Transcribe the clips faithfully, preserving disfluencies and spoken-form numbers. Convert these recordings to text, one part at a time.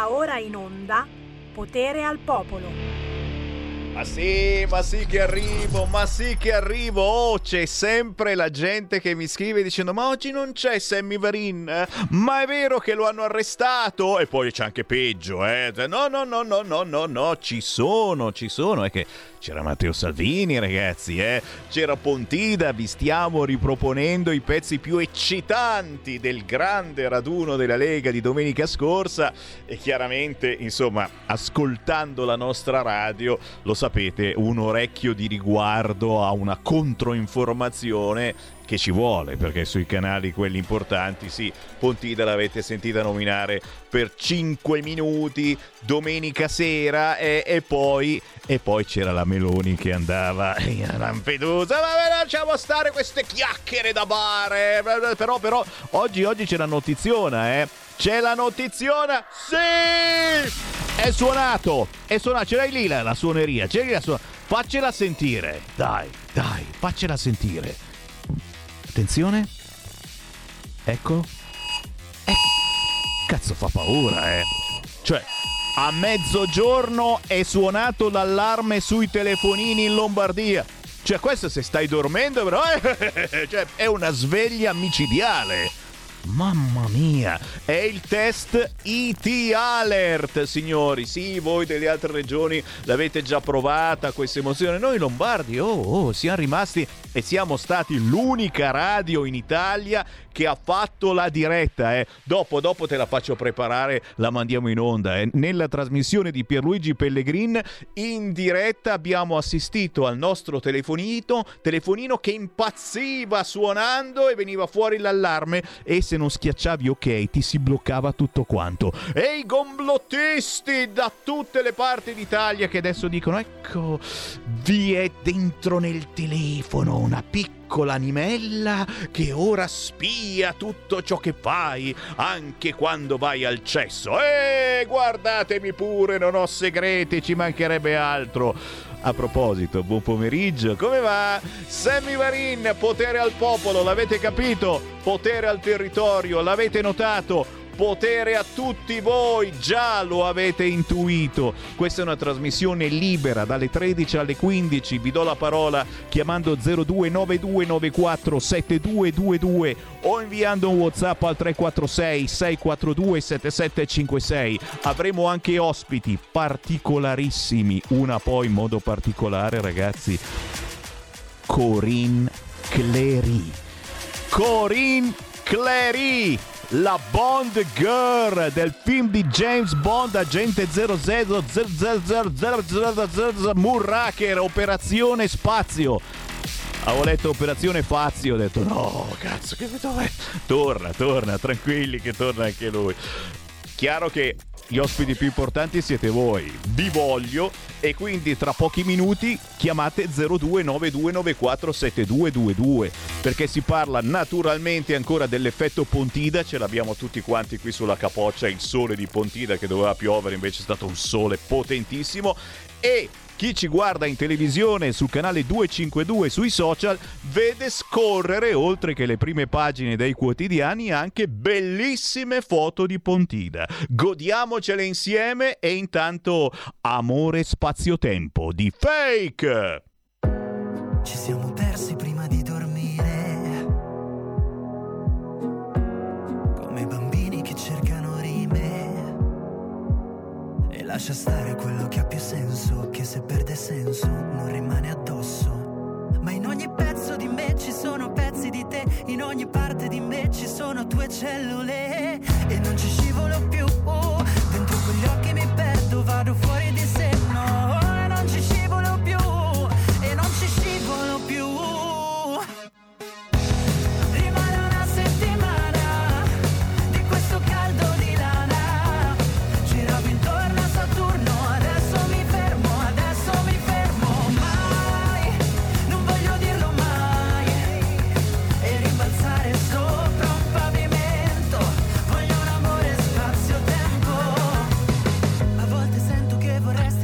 Va ora in onda Potere al Popolo. Ma sì, ma sì che arrivo, ma sì che arrivo. Oh, c'è sempre la gente che mi scrive dicendo ma oggi non c'è Sammy Varin, eh? Ma è vero che lo hanno arrestato? E poi c'è anche peggio, eh? No, no, no, no, no, no, no, ci sono, ci sono. È che c'era Matteo Salvini, ragazzi, eh? C'era Pontida, vi stiamo riproponendo i pezzi più eccitanti del grande raduno della Lega di domenica scorsa e chiaramente, insomma, ascoltando la nostra radio, lo sapete, un orecchio di riguardo a una controinformazione che ci vuole, perché sui canali quelli importanti, sì, Pontida l'avete sentita nominare per cinque minuti domenica sera e, e poi e poi c'era la Meloni che andava a Lampedusa. Ma lasciamo stare queste chiacchiere da bar, eh. però però oggi oggi c'è la notiziona, eh c'è la notiziona, sì, è suonato, è suonato, ce l'hai lì la, la suoneria, ce l'hai lì la suoneria. Faccela sentire, dai, dai, faccela sentire. Attenzione. Ecco. Eh, cazzo, fa paura, eh. Cioè, a mezzogiorno è suonato l'allarme sui telefonini in Lombardia. Cioè, questo se stai dormendo, però, eh, cioè, è una sveglia micidiale. Mamma mia, è il test I T Alert, signori. Sì, voi delle altre regioni l'avete già provata questa emozione. Noi lombardi, oh, oh, siamo rimasti e siamo stati l'unica radio in Italia che ha fatto la diretta, eh. Dopo, dopo te la faccio preparare, la mandiamo in onda, eh. Nella trasmissione di Pierluigi Pellegrin in diretta abbiamo assistito al nostro telefonino, telefonino che impazziva suonando e veniva fuori l'allarme e se non schiacciavi ok ti si bloccava tutto quanto. E i gomblottisti da tutte le parti d'Italia che adesso dicono ecco, vi è dentro nel telefono una piccola animella che ora spia tutto ciò che fai, anche quando vai al cesso. E guardatemi pure, non ho segreti, ci mancherebbe altro. A proposito, buon pomeriggio, come va? Sammy Varin, potere al popolo, l'avete capito? Potere al territorio, l'avete notato? Potere a tutti voi, già lo avete intuito. Questa è una trasmissione libera dalle tredici alle quindici. Vi do la parola chiamando zero due nove due nove quattro sette due due due o inviando un WhatsApp al tre quattro sei sei quattro due sette sette cinque sei. Avremo anche ospiti particolarissimi, una poi in modo particolare, ragazzi, Corinne Cléry. Corinne Cléry, la Bond Girl del film di James Bond, Agente zero zero zero zero zero zero zero Moonraker, Operazione Spazio. Avevo letto Operazione Fazio, ho detto no, cazzo, che dove? Torna, torna, tranquilli che torna anche lui. Chiaro che gli ospiti più importanti siete voi, vi voglio, e quindi tra pochi minuti chiamate zero due nove due nove quattro sette due due due, perché si parla naturalmente ancora dell'effetto Pontida, ce l'abbiamo tutti quanti qui sulla capoccia, il sole di Pontida che doveva piovere, invece è stato un sole potentissimo, e chi ci guarda in televisione sul canale duecentocinquantadue sui social vede scorrere, oltre che le prime pagine dei quotidiani, anche bellissime foto di Pontida. Godiamocele insieme e intanto amore spazio-tempo di Fake. Ci siamo persi prima di dormire, come i bambini che cercano rime. E lascia stare quello che ha più senso, che se perde senso non rimane addosso. Ma in ogni pezzo di me ci sono pezzi di te, in ogni parte di me ci sono tue cellule. E non ci scivolo più, dentro quegli occhi mi perdo, vado fuori di sé, no. E non ci scivolo più, e non ci scivolo più. Rimane una settimana di questo caldo di lana, giravo intorno a Saturno, adesso mi fermo, adesso mi fermo. Mai, non voglio dirlo mai, e rimbalzare sopra un pavimento. Voglio un amore spazio-tempo. A volte sento che vorresti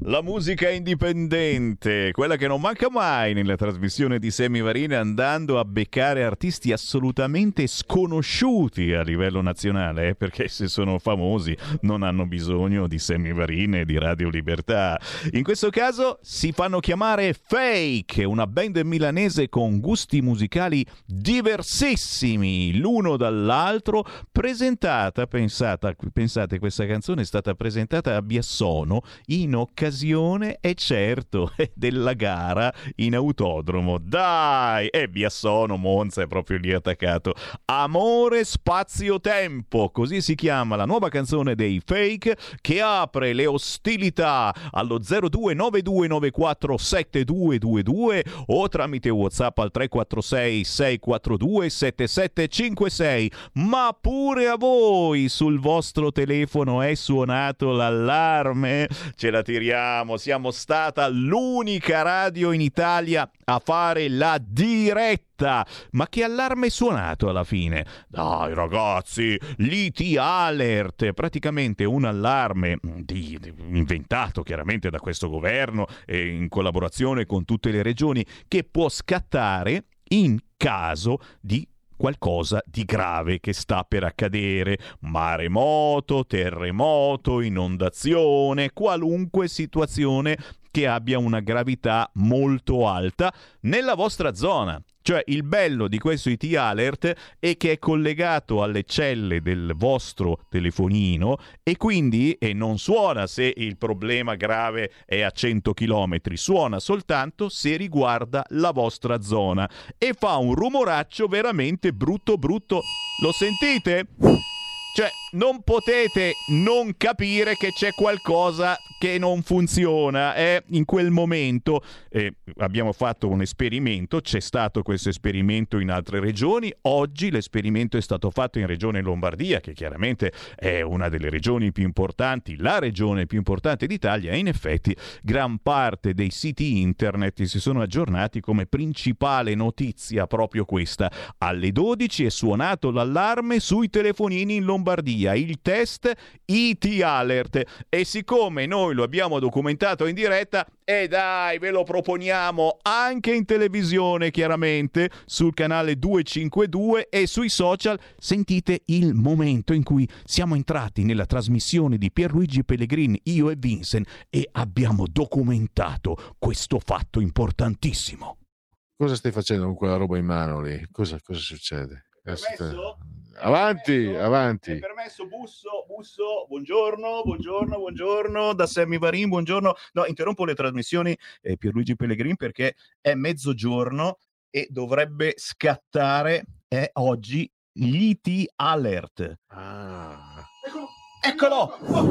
La musica indipendente, quella che non manca mai nella trasmissione di Semivarina, andando a beccare artisti assolutamente sconosciuti a livello nazionale, eh, perché se sono famosi non hanno bisogno di Semivarina e di Radio Libertà. In questo caso si fanno chiamare Fake, una band milanese con gusti musicali diversissimi l'uno dall'altro, presentata, pensata, pensate, questa canzone è stata presentata a Biassono in occasione e certo della gara in autodromo. Dai, e Biassono, Monza è proprio lì attaccato. Amore Spazio Tempo, così si chiama la nuova canzone dei Fake, che apre le ostilità allo zero due nove due nove quattro sette due due due o tramite WhatsApp al tre quattro sei sei quattro due sette sette cinque sei. Ma pure a voi sul vostro telefono è suonato l'allarme? Ce la tiriamo. Siamo stata l'unica radio in Italia a fare la diretta. Ma che allarme è suonato alla fine? Dai ragazzi, l'I T Alert, praticamente un allarme di, di, inventato chiaramente da questo governo e in collaborazione con tutte le regioni, che può scattare in caso di qualcosa di grave che sta per accadere: maremoto, terremoto, inondazione, qualunque situazione che abbia una gravità molto alta nella vostra zona. Cioè, il bello di questo I T Alert è che è collegato alle celle del vostro telefonino e quindi e non suona se il problema grave è a cento chilometri, suona soltanto se riguarda la vostra zona e fa un rumoraccio veramente brutto brutto. Lo sentite? Cioè, non potete non capire che c'è qualcosa che non funziona. Eh? In quel momento eh, abbiamo fatto un esperimento, c'è stato questo esperimento in altre regioni. Oggi l'esperimento è stato fatto in Regione Lombardia, che chiaramente è una delle regioni più importanti, la regione più importante d'Italia, e in effetti gran parte dei siti internet si sono aggiornati come principale notizia proprio questa. Alle dodici è suonato l'allarme sui telefonini in Lombardia. Il test I T Alert, e siccome noi lo abbiamo documentato in diretta, e eh dai, ve lo proponiamo anche in televisione, chiaramente sul canale duecentocinquantadue e sui social. Sentite il momento in cui siamo entrati nella trasmissione di Pierluigi Pellegrini, io e Vincent, e abbiamo documentato questo fatto importantissimo. Cosa stai facendo con quella roba in mano lì? Cosa, cosa succede? Permesso? Avanti, permesso? avanti. È permesso, busso, busso, buongiorno, buongiorno, buongiorno, da Semivarin, buongiorno. No, interrompo le trasmissioni, eh, Pierluigi Pellegrin, perché è mezzogiorno e dovrebbe scattare eh, oggi l'I T Alert. Ah. Eccolo!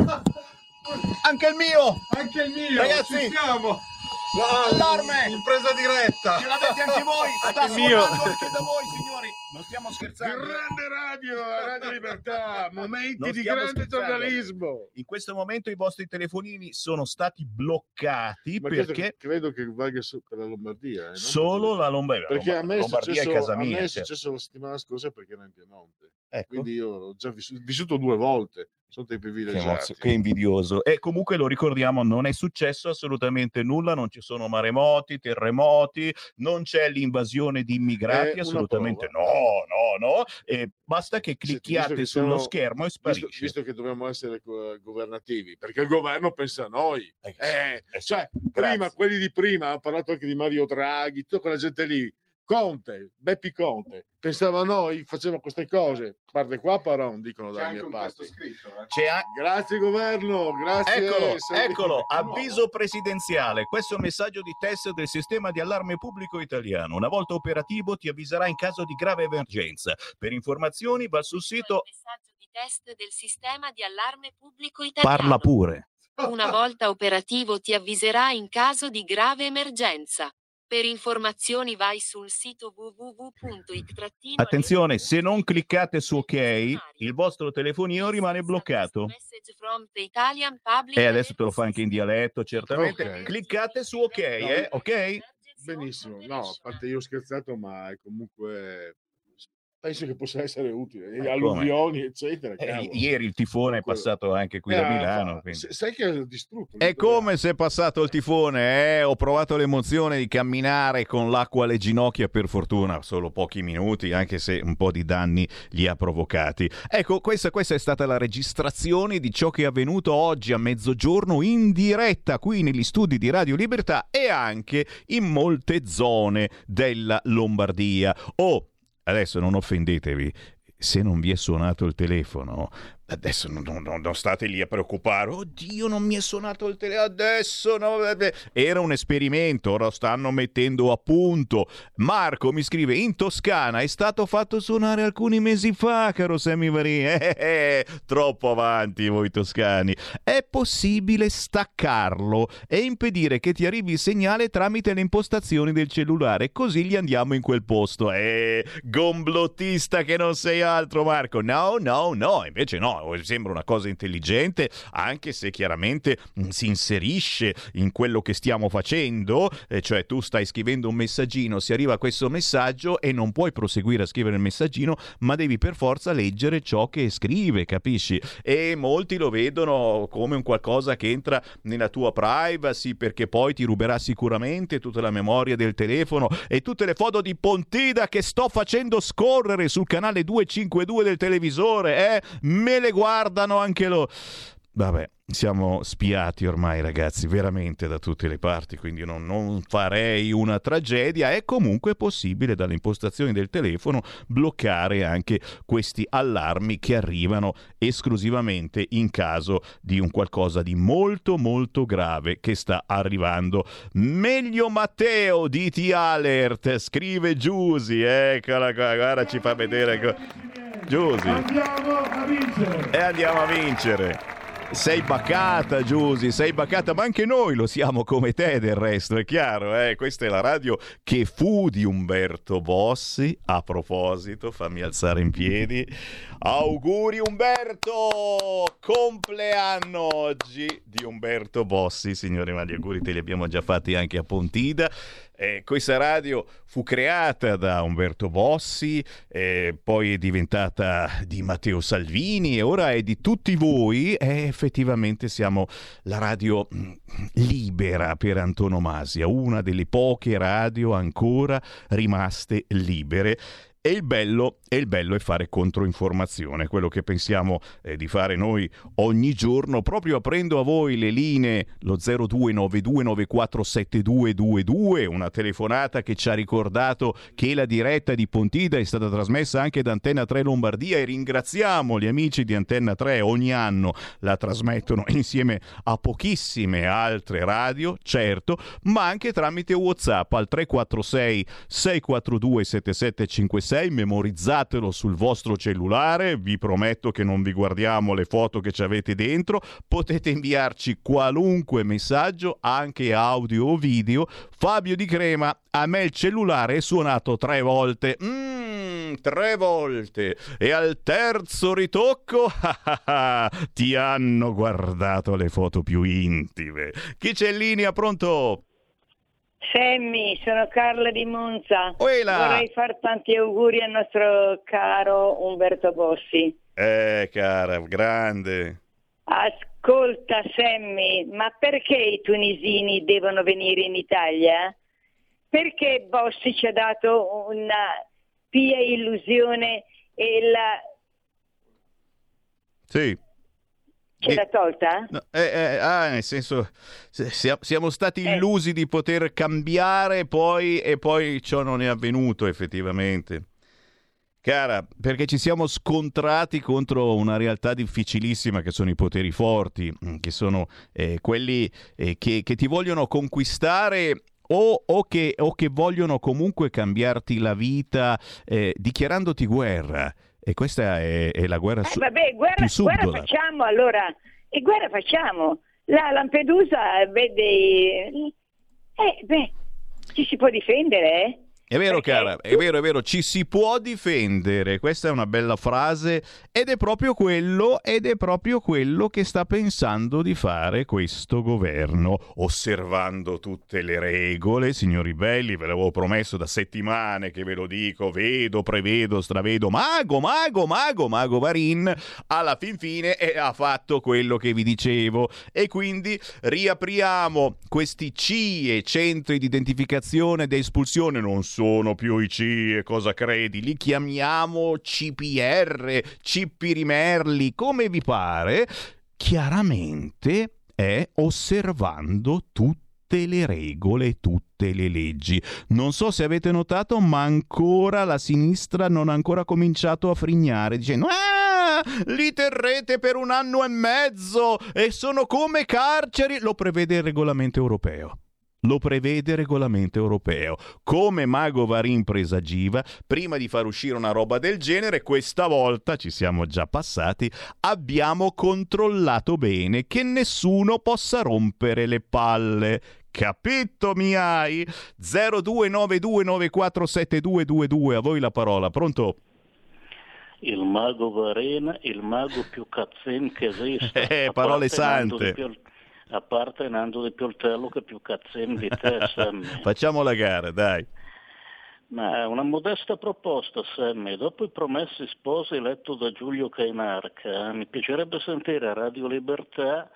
Anche il mio! Anche il mio! Ragazzi! Ci siamo! Allarme! Impresa diretta! Ce l'avete anche voi! Sta Anche il mio. suonando anche da voi, signori! Non stiamo scherzando! Grande radio, Radio Libertà! Momenti Non di stiamo grande scherzando. giornalismo! In questo momento i vostri telefonini sono stati bloccati Ma questo perché credo che valga su- per la Lombardia. Eh, non solo per- la Lombardia. Perché a me, è Lombardia successo, è casa a me mia. è certo. successo la settimana scorsa perché ero in Piemonte. Ecco. Quindi io ho già vissuto, vissuto due volte. Sono dei Che, privilegiati. emozio- che invidioso. E comunque lo ricordiamo, non è successo assolutamente nulla, non ci sono maremoti, terremoti, non c'è l'invasione di immigrati, È una assolutamente prova. no, no, no. E basta che Senti, clicchiate visto che sullo siamo- schermo e Visto, sparisce. visto che dobbiamo essere co- governativi, perché il governo pensa a noi. Eh, Eh, eh sì, cioè, grazie. prima quelli di prima hanno parlato anche di Mario Draghi, tutta quella gente lì. Conte, Beppi Conte, pensava a noi, faceva queste cose. Guarda qua, però, dicono dalle mie parti. C'è a- Grazie governo, grazie. Eccolo, Sei- eccolo, avviso presidenziale. Questo è un messaggio di test del sistema di allarme pubblico italiano. Una volta operativo ti avviserà in caso di grave emergenza. Per informazioni va sul sito. Messaggio di test del sistema di allarme pubblico italiano. Parla pure. Una volta operativo ti avviserà in caso di grave emergenza. Per informazioni vai sul sito w w w punto i t trattino Attenzione, se non cliccate su OK, il vostro telefonino rimane bloccato. E adesso te lo fa anche in dialetto, certamente. Ok. Cliccate su OK, eh? Ok? Benissimo, no, a parte io ho scherzato, ma è comunque penso che possa essere utile. Eh, alluvioni, eccetera. Eh, ieri il tifone è passato anche qui eh, da Milano. Fa, Quindi. Sai che è distrutto. È come se è passato il tifone, eh? Ho provato l'emozione di camminare con l'acqua alle ginocchia, per fortuna solo pochi minuti, anche se un po' di danni li ha provocati. Ecco, questa, questa è stata la registrazione di ciò che è avvenuto oggi a mezzogiorno in diretta qui negli studi di Radio Libertà e anche in molte zone della Lombardia. Oh, adesso non offendetevi, se non vi è suonato il telefono, adesso non, non, non state lì a preoccupare. Oddio, non mi è suonato il telefono, adesso no. Era un esperimento, ora stanno mettendo a punto. Marco mi scrive: in Toscana è stato fatto suonare alcuni mesi fa, caro Sammy Varin. Eh, eh, troppo avanti voi toscani. È possibile staccarlo e impedire che ti arrivi il segnale tramite le impostazioni del cellulare, così gli andiamo in quel posto. Eh, gomblottista che non sei altro, Marco. No, no, no, invece no. Sembra una cosa intelligente, anche se chiaramente mh, si inserisce in quello che stiamo facendo, eh, cioè tu stai scrivendo un messaggino, si arriva a questo messaggio e non puoi proseguire a scrivere il messaggino, ma devi per forza leggere ciò che scrive, capisci? E molti lo vedono come un qualcosa che entra nella tua privacy, perché poi ti ruberà sicuramente tutta la memoria del telefono e tutte le foto di Pontida che sto facendo scorrere sul canale duecentocinquantadue del televisore, eh? Me le guardano anche loro. Vabbè, siamo spiati ormai, ragazzi, veramente da tutte le parti, quindi non, non farei una tragedia. È comunque possibile dalle impostazioni del telefono bloccare anche questi allarmi che arrivano esclusivamente in caso di un qualcosa di molto molto grave che sta arrivando. Meglio Matteo di T-Alert, scrive Giusy, eccola qua, guarda, ci fa vedere Giusy. Andiamo a vincere! E andiamo a vincere! Sei bacata, Giusy, sei bacata, ma anche noi lo siamo come te, del resto, è chiaro, eh? Questa è la radio che fu di Umberto Bossi. A proposito, fammi alzare in piedi. Auguri Umberto! Compleanno oggi di Umberto Bossi, signore, ma gli auguri te li abbiamo già fatti anche a Pontida. Eh, questa radio fu creata da Umberto Bossi, eh, poi è diventata di Matteo Salvini e ora è di tutti voi. E effettivamente siamo la radio libera per antonomasia, una delle poche radio ancora rimaste libere. E il bello, e il bello è fare controinformazione, quello che pensiamo eh, di fare noi ogni giorno, proprio aprendo a voi le linee, lo zero due nove due nove quattro sette due due due, una telefonata che ci ha ricordato che la diretta di Pontida è stata trasmessa anche da Antenna tre Lombardia, e ringraziamo gli amici di Antenna tre, ogni anno la trasmettono insieme a pochissime altre radio, certo, ma anche tramite WhatsApp al tre quattro sei sei quattro due sette sette cinque sei. Memorizzatelo sul vostro cellulare, vi prometto che non vi guardiamo le foto che ci avete dentro. Potete inviarci qualunque messaggio, anche audio o video. Fabio Di Crema: a me il cellulare è suonato tre volte. Mmm, tre volte. E al terzo ritocco ti hanno guardato le foto più intime. Chi c'è in linea? Pronto? Sammy, sono Carla di Monza. Uela. Vorrei far tanti auguri al nostro caro Umberto Bossi. Eh, cara, grande. Ascolta Sammy, ma perché i tunisini devono venire in Italia? Perché Bossi ci ha dato una pia illusione e la... Sì. Ce l'ha tolta? No, eh, eh, ah, nel senso, siamo stati illusi eh. di poter cambiare poi e poi ciò non è avvenuto effettivamente. Cara, perché ci siamo scontrati contro una realtà difficilissima che sono i poteri forti, che sono eh, quelli eh, che, che ti vogliono conquistare o, o, che, o che vogliono comunque cambiarti la vita eh, dichiarandoti guerra. E questa è, è la guerra su- eh, vabbè, guerra, più subdola. Guerra facciamo allora, e guerra facciamo. La Lampedusa vede... Eh, beh, ci si può difendere, eh? È vero, Perché cara, è tu- vero, è vero, ci si può difendere, questa è una bella frase ed è proprio quello, ed è proprio quello che sta pensando di fare questo governo, osservando tutte le regole, signori belli, ve l'avevo promesso da settimane che ve lo dico, vedo, prevedo, stravedo, mago, mago, mago, mago Varin, alla fin fine eh, ha fatto quello che vi dicevo e quindi riapriamo questi C I E, centri di identificazione ed espulsione, non sono più i C I E, cosa credi? Li chiamiamo C P R, Cipirimerli, come vi pare. Chiaramente è osservando tutte le regole, tutte le leggi. Non so se avete notato, ma ancora la sinistra non ha ancora cominciato a frignare dicendo ah, li terrete per un anno e mezzo e sono come carceri. Lo prevede il regolamento europeo. Lo prevede il regolamento europeo. Come Mago Varin presagiva, prima di far uscire una roba del genere, questa volta, ci siamo già passati, abbiamo controllato bene che nessuno possa rompere le palle. Capito mi hai? zero due nove due nove quattro sette due due due, a voi la parola. Pronto? Il mago Varin, il mago più cazzin che esiste. Eh, parole sante. A parte Nando Di Pioltello che più cazzin di te, Sammy. Facciamo la gara, dai. Ma una modesta proposta, Sammy. Dopo i promessi sposi eletto da Giulio Cainarca, mi piacerebbe sentire a Radio Libertà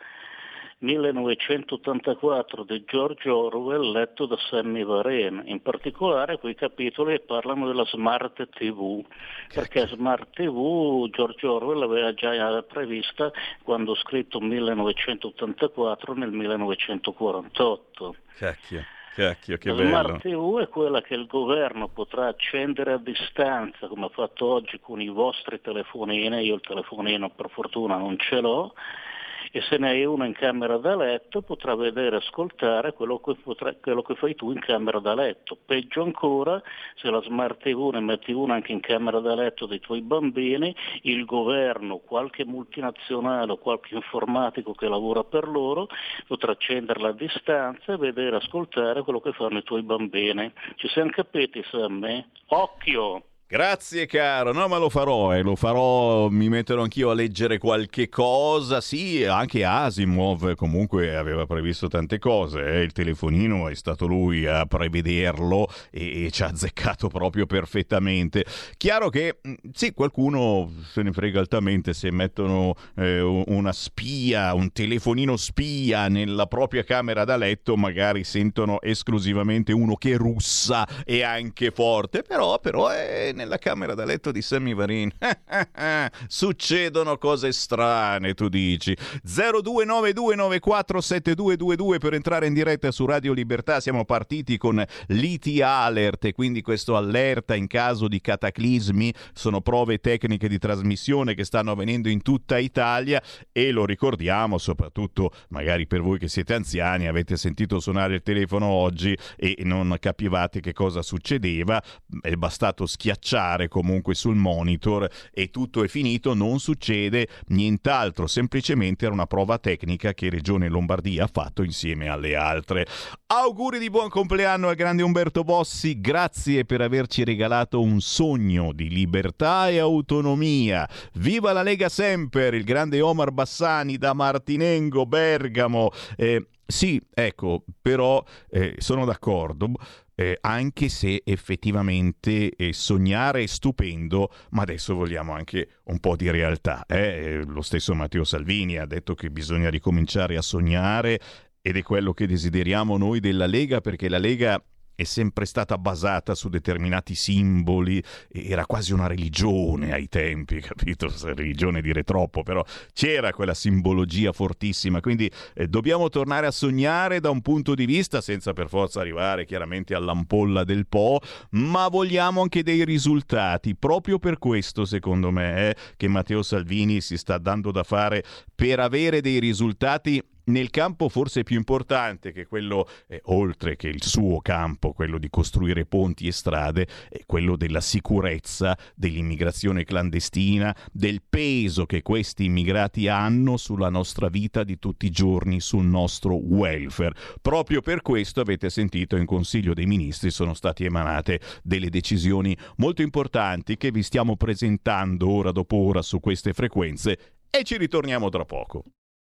millenovecentottantaquattro di George Orwell letto da Sammy Varin, in particolare quei capitoli che parlano della Smart tivù, perché Smart tivù George Orwell l'aveva già prevista quando ha scritto millenovecentottantaquattro nel millenovecentoquarantotto. Cacchio. Cacchio, che la bello. Smart tivù è quella che il governo potrà accendere a distanza, come ha fatto oggi con i vostri telefonini. Io il telefonino per fortuna non ce l'ho, e se ne hai uno in camera da letto potrà vedere e ascoltare quello che, potrà, quello che fai tu in camera da letto. Peggio ancora, se la Smart tivù ne metti una anche in camera da letto dei tuoi bambini, il governo, qualche multinazionale o qualche informatico che lavora per loro potrà accenderla a distanza e vedere e ascoltare quello che fanno i tuoi bambini. Ci siamo capiti, Sammy? Occhio! Grazie caro, no ma lo farò, eh, lo farò, mi metterò anch'io a leggere qualche cosa, sì, anche Asimov comunque aveva previsto tante cose, eh. Il telefonino è stato lui a prevederlo e, e ci ha azzeccato proprio perfettamente. Chiaro che sì, qualcuno se ne frega altamente se mettono eh, una spia, un telefonino spia nella propria camera da letto, magari sentono esclusivamente uno che russa e anche forte, però, però è nella camera da letto di Sammy Varin succedono cose strane, tu dici. Zero due nove due nove quattro sette due due due per entrare in diretta su Radio Libertà. Siamo partiti con l'I T Alert e quindi questo allerta in caso di cataclismi. Sono prove tecniche di trasmissione che stanno avvenendo in tutta Italia e lo ricordiamo soprattutto magari per voi che siete anziani, avete sentito suonare il telefono oggi e non capivate che cosa succedeva, è bastato schiacciare comunque sul monitor e tutto è finito, non succede nient'altro, semplicemente era una prova tecnica che Regione Lombardia ha fatto insieme alle altre. Auguri di buon compleanno al grande Umberto Bossi, grazie per averci regalato un sogno di libertà e autonomia. Viva la Lega sempre, il grande Omar Bassani da Martinengo, Bergamo. Eh, sì, ecco, però eh, sono d'accordo. Eh, anche se effettivamente eh, sognare è stupendo, ma adesso vogliamo anche un po' di realtà. Eh? Lo stesso Matteo Salvini ha detto che bisogna ricominciare a sognare ed è quello che desideriamo noi della Lega, perché la Lega è sempre stata basata su determinati simboli, era quasi una religione ai tempi, capito? Religione dire troppo, però c'era quella simbologia fortissima, quindi eh, dobbiamo tornare a sognare da un punto di vista, senza per forza arrivare chiaramente all'ampolla del Po, ma vogliamo anche dei risultati, proprio per questo secondo me eh, che Matteo Salvini si sta dando da fare per avere dei risultati nel campo forse più importante, che quello, eh, oltre che il suo campo, quello di costruire ponti e strade, è quello della sicurezza, dell'immigrazione clandestina, del peso che questi immigrati hanno sulla nostra vita di tutti i giorni, sul nostro welfare. Proprio per questo avete sentito in Consiglio dei Ministri sono state emanate delle decisioni molto importanti che vi stiamo presentando ora dopo ora su queste frequenze e ci ritorniamo tra poco.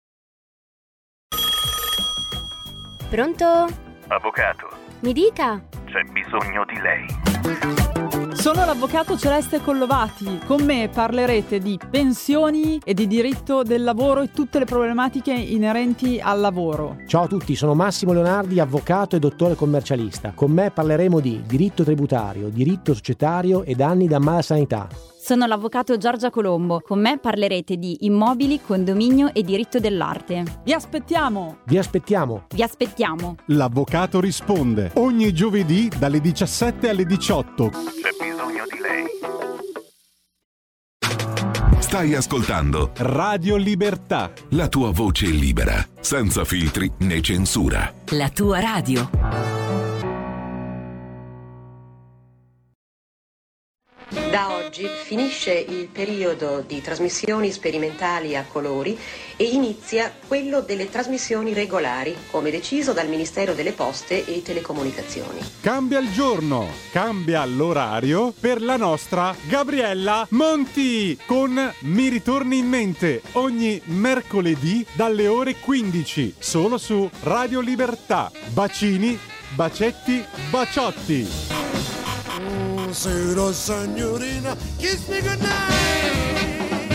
Pronto? Avvocato, Mi dica. c'è bisogno di lei. Sono l'avvocato Celeste Collovati. Con me parlerete di pensioni e di diritto del lavoro e tutte le problematiche inerenti al lavoro. Ciao a tutti, sono Massimo Leonardi, avvocato e dottore commercialista. Con me parleremo di diritto tributario, diritto societario e danni da malasanità. Sono l'avvocato Giorgia Colombo. Con me parlerete di immobili, condominio e diritto dell'arte. Vi aspettiamo! Vi aspettiamo! Vi aspettiamo! L'avvocato risponde ogni giovedì dalle diciassette alle diciotto. C'è bisogno di lei. Stai ascoltando Radio Libertà. La tua voce libera, senza filtri né censura. La tua radio. Da oggi finisce il periodo di trasmissioni sperimentali a colori e inizia quello delle trasmissioni regolari, come deciso dal Ministero delle Poste e Telecomunicazioni. Cambia il giorno, cambia l'orario per la nostra Gabriella Monti con Mi ritorni in mente ogni mercoledì dalle ore quindici, solo su Radio Libertà. Bacini, bacetti, baciotti. Buonasera signorina, kiss me goodnight.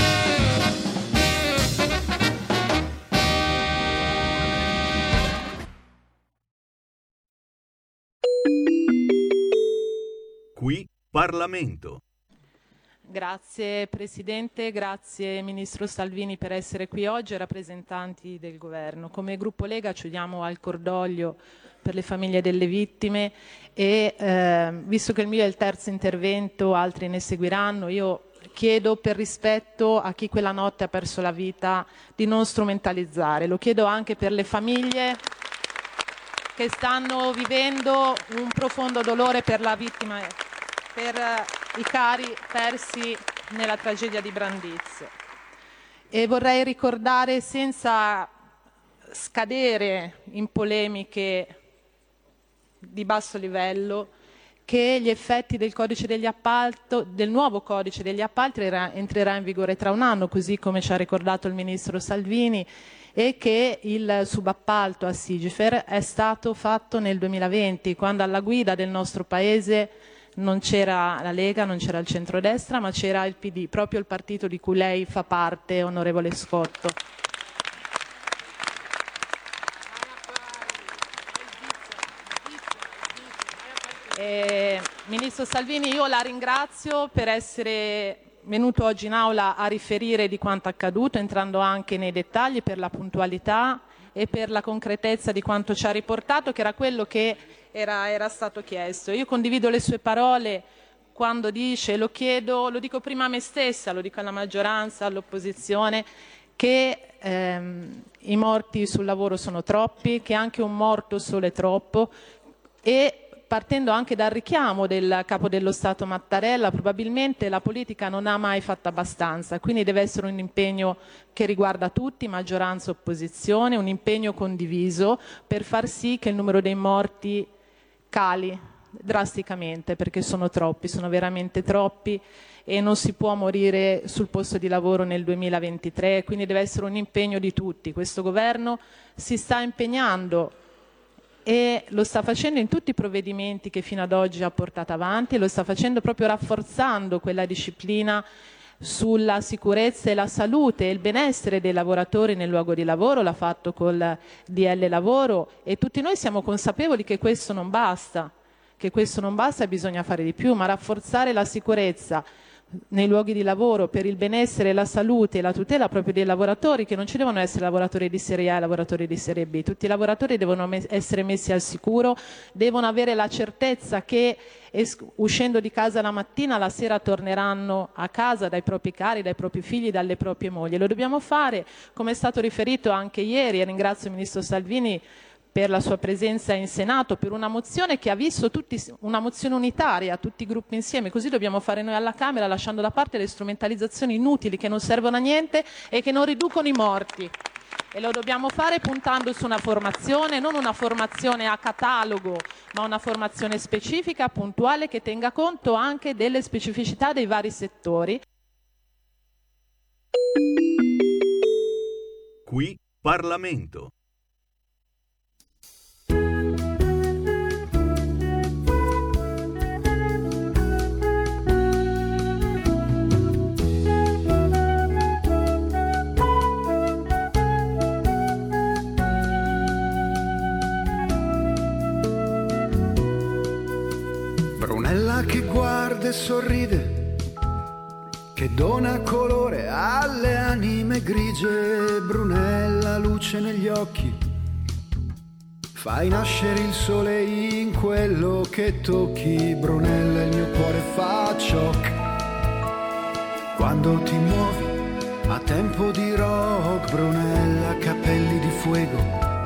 Qui Parlamento. Grazie Presidente, grazie Ministro Salvini per essere qui oggi e rappresentanti del Governo. Come gruppo Lega ci uniamo al cordoglio per le famiglie delle vittime e eh, visto che il mio è il terzo intervento, altri ne seguiranno, io chiedo per rispetto a chi quella notte ha perso la vita di non strumentalizzare. Lo chiedo anche per le famiglie che stanno vivendo un profondo dolore per la vittima, per i cari persi nella tragedia di Brandizzo. E vorrei ricordare, senza scadere in polemiche di basso livello, che gli effetti del codice degli appalti, del nuovo codice degli appalti era, entrerà in vigore tra un anno, così come ci ha ricordato il Ministro Salvini, e che il subappalto a Sigifer è stato fatto nel duemilaventi, quando alla guida del nostro Paese non c'era la Lega, non c'era il centrodestra, ma c'era il P D, proprio il partito di cui lei fa parte, onorevole Scotto. Eh, Ministro Salvini, io la ringrazio per essere venuto oggi in aula a riferire di quanto accaduto, entrando anche nei dettagli, per la puntualità e per la concretezza di quanto ci ha riportato, che era quello che era, era stato chiesto. Io condivido le sue parole quando dice, lo chiedo, lo dico prima a me stessa, lo dico alla maggioranza, all'opposizione, che ehm, i morti sul lavoro sono troppi, che anche un morto solo è troppo, e partendo anche dal richiamo del Capo dello Stato Mattarella, probabilmente la politica non ha mai fatto abbastanza, quindi deve essere un impegno che riguarda tutti, maggioranza e opposizione, un impegno condiviso per far sì che il numero dei morti cali drasticamente, perché sono troppi, sono veramente troppi e non si può morire sul posto di lavoro nel duemilaventitré, quindi deve essere un impegno di tutti. Questo governo si sta impegnando e lo sta facendo in tutti i provvedimenti che fino ad oggi ha portato avanti, e lo sta facendo proprio rafforzando quella disciplina sulla sicurezza e la salute e il benessere dei lavoratori nel luogo di lavoro, l'ha fatto col D L Lavoro, e tutti noi siamo consapevoli che questo non basta, che questo non basta e bisogna fare di più, ma rafforzare la sicurezza nei luoghi di lavoro per il benessere, la salute e la tutela proprio dei lavoratori, che non ci devono essere lavoratori di serie A e lavoratori di serie B. Tutti i lavoratori devono me- essere messi al sicuro, devono avere la certezza che es- uscendo di casa la mattina, la sera torneranno a casa dai propri cari, dai propri figli, dalle proprie mogli. Lo dobbiamo fare, come è stato riferito anche ieri, e ringrazio il Ministro Salvini per la sua presenza in Senato, per una mozione che ha visto tutti, una mozione unitaria, tutti i gruppi insieme. Così dobbiamo fare noi alla Camera, lasciando da parte le strumentalizzazioni inutili che non servono a niente e che non riducono i morti. E lo dobbiamo fare puntando su una formazione, non una formazione a catalogo, ma una formazione specifica, puntuale, che tenga conto anche delle specificità dei vari settori. Qui Parlamento. Brunella che guarda e sorride, che dona colore alle anime grigie. Brunella, luce negli occhi, fai nascere il sole in quello che tocchi. Brunella, il mio cuore fa ciocca quando ti muovi a tempo di rock. Brunella, capelli di fuego,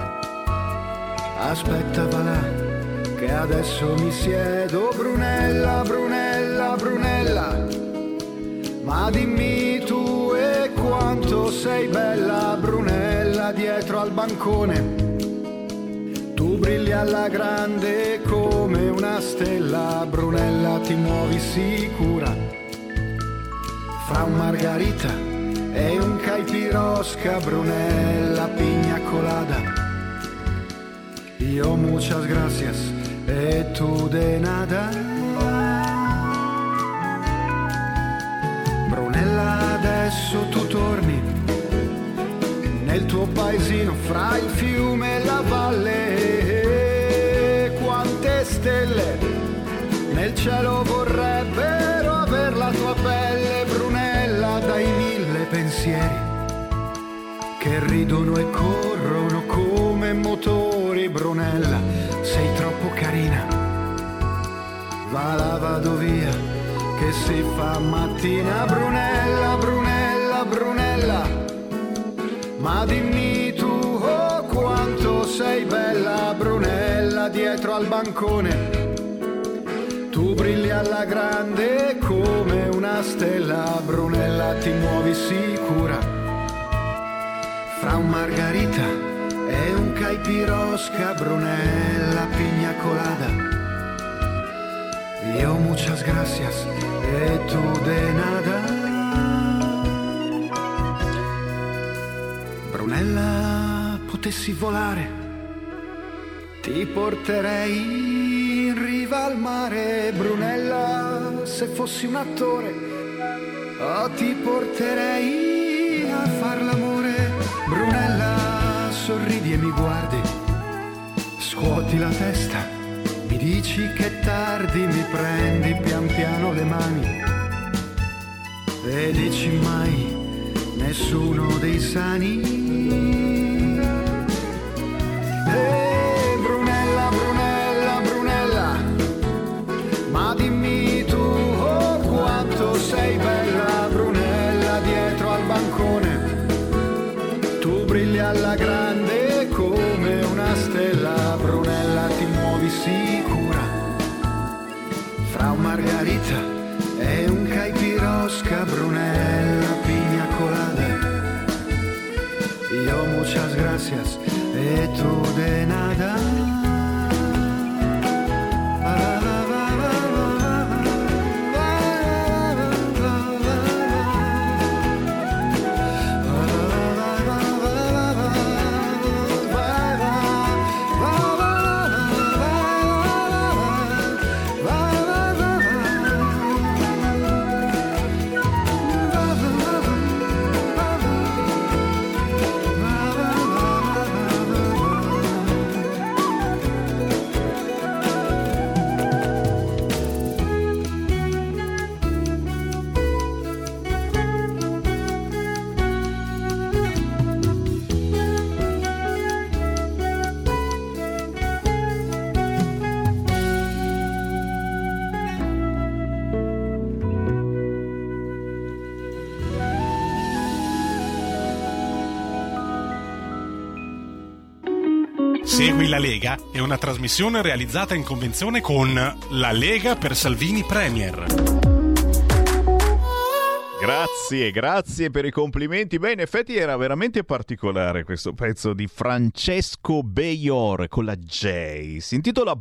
aspetta va là che adesso mi siedo. Brunella, Brunella, Brunella, ma dimmi tu e quanto sei bella. Brunella, dietro al bancone tu brilli alla grande come una stella. Brunella, ti muovi sicura fra un margarita e un caipirosca. Brunella, piña colada, io muchas gracias e tu de nada. Brunella, adesso tu torni nel tuo paesino fra il fiume e la valle. Quante stelle nel cielo vorrebbero aver la tua pelle. Brunella, dai mille pensieri che ridono e corrono come motori. Brunella, sei troppo carina, va là vado via che si fa mattina. Brunella, Brunella, Brunella, ma dimmi tu oh, quanto sei bella. Brunella, dietro al bancone tu brilli alla grande come una stella. Brunella, ti muovi sicura fra un margarita e un caipirosca. Brunella, piña colada, io muchas gracias e tu de nada. Brunella, potessi volare, ti porterei in riva al mare. Brunella, se fossi un attore, oh, ti porterei a far l'amore. Brunella, sorridi e mi guardi, scuoti la testa, mi dici che tardi, mi prendi pian piano le mani e dici mai nessuno dei sani. E Brunella, Brunella, Brunella, ma dimmi tu oh, quanto sei bella. Brunella, dietro al bancone tu brilli alla grande come una stella. Brunella, ti muovi sicura fra un margarita e un caipirosca. Brunella, piña colada, io muchas gracias e tu de nada. Segui la Lega è una trasmissione realizzata in convenzione con La Lega per Salvini Premier. Grazie, grazie per i complimenti. Beh, in effetti era veramente particolare questo pezzo di Francesco Beior con la J. Si intitola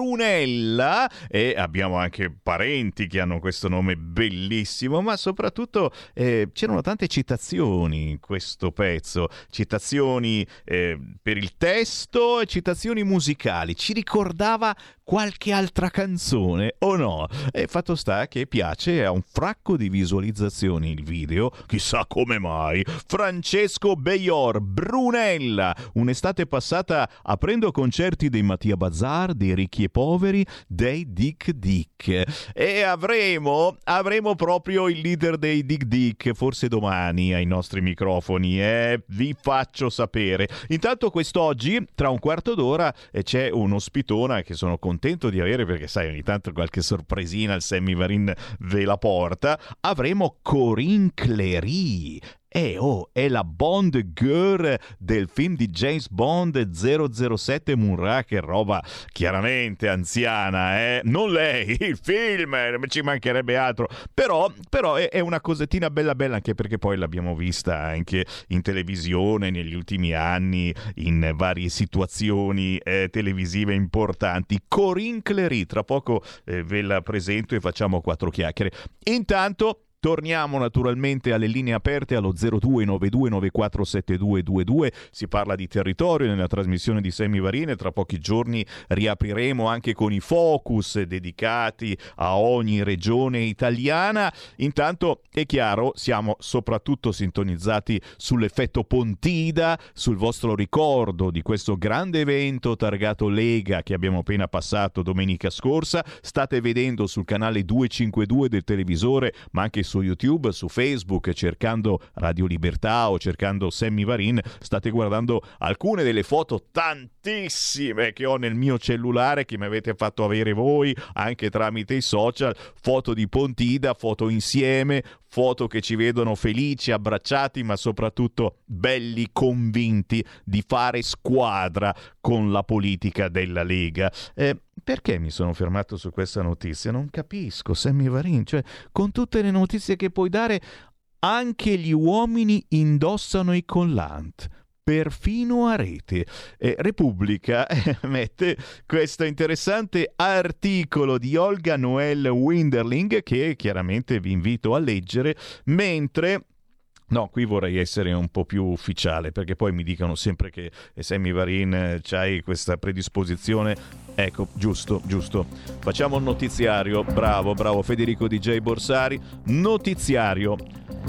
Brunella e abbiamo anche parenti che hanno questo nome bellissimo, ma soprattutto eh, c'erano tante citazioni in questo pezzo. Citazioni eh, per il testo e citazioni musicali. Ci ricordava qualche altra canzone o no? E fatto sta che piace, ha un fracco di visualizzazioni il video, chissà come mai. Francesco Beior, Brunella, un'estate passata aprendo concerti dei Mattia Bazar, dei Ricchi e Poveri, dei Dick Dick. E avremo avremo proprio il leader dei Dick Dick forse domani ai nostri microfoni, eh? Vi faccio sapere. Intanto quest'oggi tra un quarto d'ora c'è un'ospitona che sono contento di avere, perché sai, ogni tanto qualche sorpresina il Sammy Varin ve la porta. Avremo Corinne Clery. Eh, oh, è la Bond Girl del film di James Bond zero zero sette Moonraker, roba chiaramente anziana, eh? Non lei, il film, ci mancherebbe altro. Però, però è, è una cosettina bella bella, anche perché poi l'abbiamo vista anche in televisione negli ultimi anni, in varie situazioni eh, televisive importanti. Corinne Clery, tra poco eh, ve la presento e facciamo quattro chiacchiere. Intanto torniamo naturalmente alle linee aperte allo zero due nove due nove quattro sette due due due. Si parla di territorio nella trasmissione di Sammy Varin. Tra pochi giorni riapriremo anche con i focus dedicati a ogni regione italiana. Intanto è chiaro, siamo soprattutto sintonizzati sull'effetto Pontida, sul vostro ricordo di questo grande evento targato Lega che abbiamo appena passato domenica scorsa. State vedendo sul canale duecentocinquantadue del televisore, ma anche su YouTube, su Facebook, cercando Radio Libertà o cercando Sammy Varin, state guardando alcune delle foto tantissime che ho nel mio cellulare, che mi avete fatto avere voi anche tramite i social, foto di Pontida, foto insieme, foto che ci vedono felici, abbracciati, ma soprattutto belli, convinti di fare squadra con la politica della Lega. Eh, perché mi sono fermato su questa notizia? Non capisco, Sammy Varin, cioè con tutte le notizie che puoi dare, anche gli uomini indossano i collant. Perfino a rete. Eh, Repubblica eh, mette questo interessante articolo di Olga Noel Winderling, che chiaramente vi invito a leggere, mentre... No, qui vorrei essere un po' più ufficiale, perché poi mi dicono sempre che Sammy Varin eh, c'hai questa predisposizione. Ecco, giusto, giusto. Facciamo un notiziario. Bravo, bravo Federico D J Borsari. Notiziario.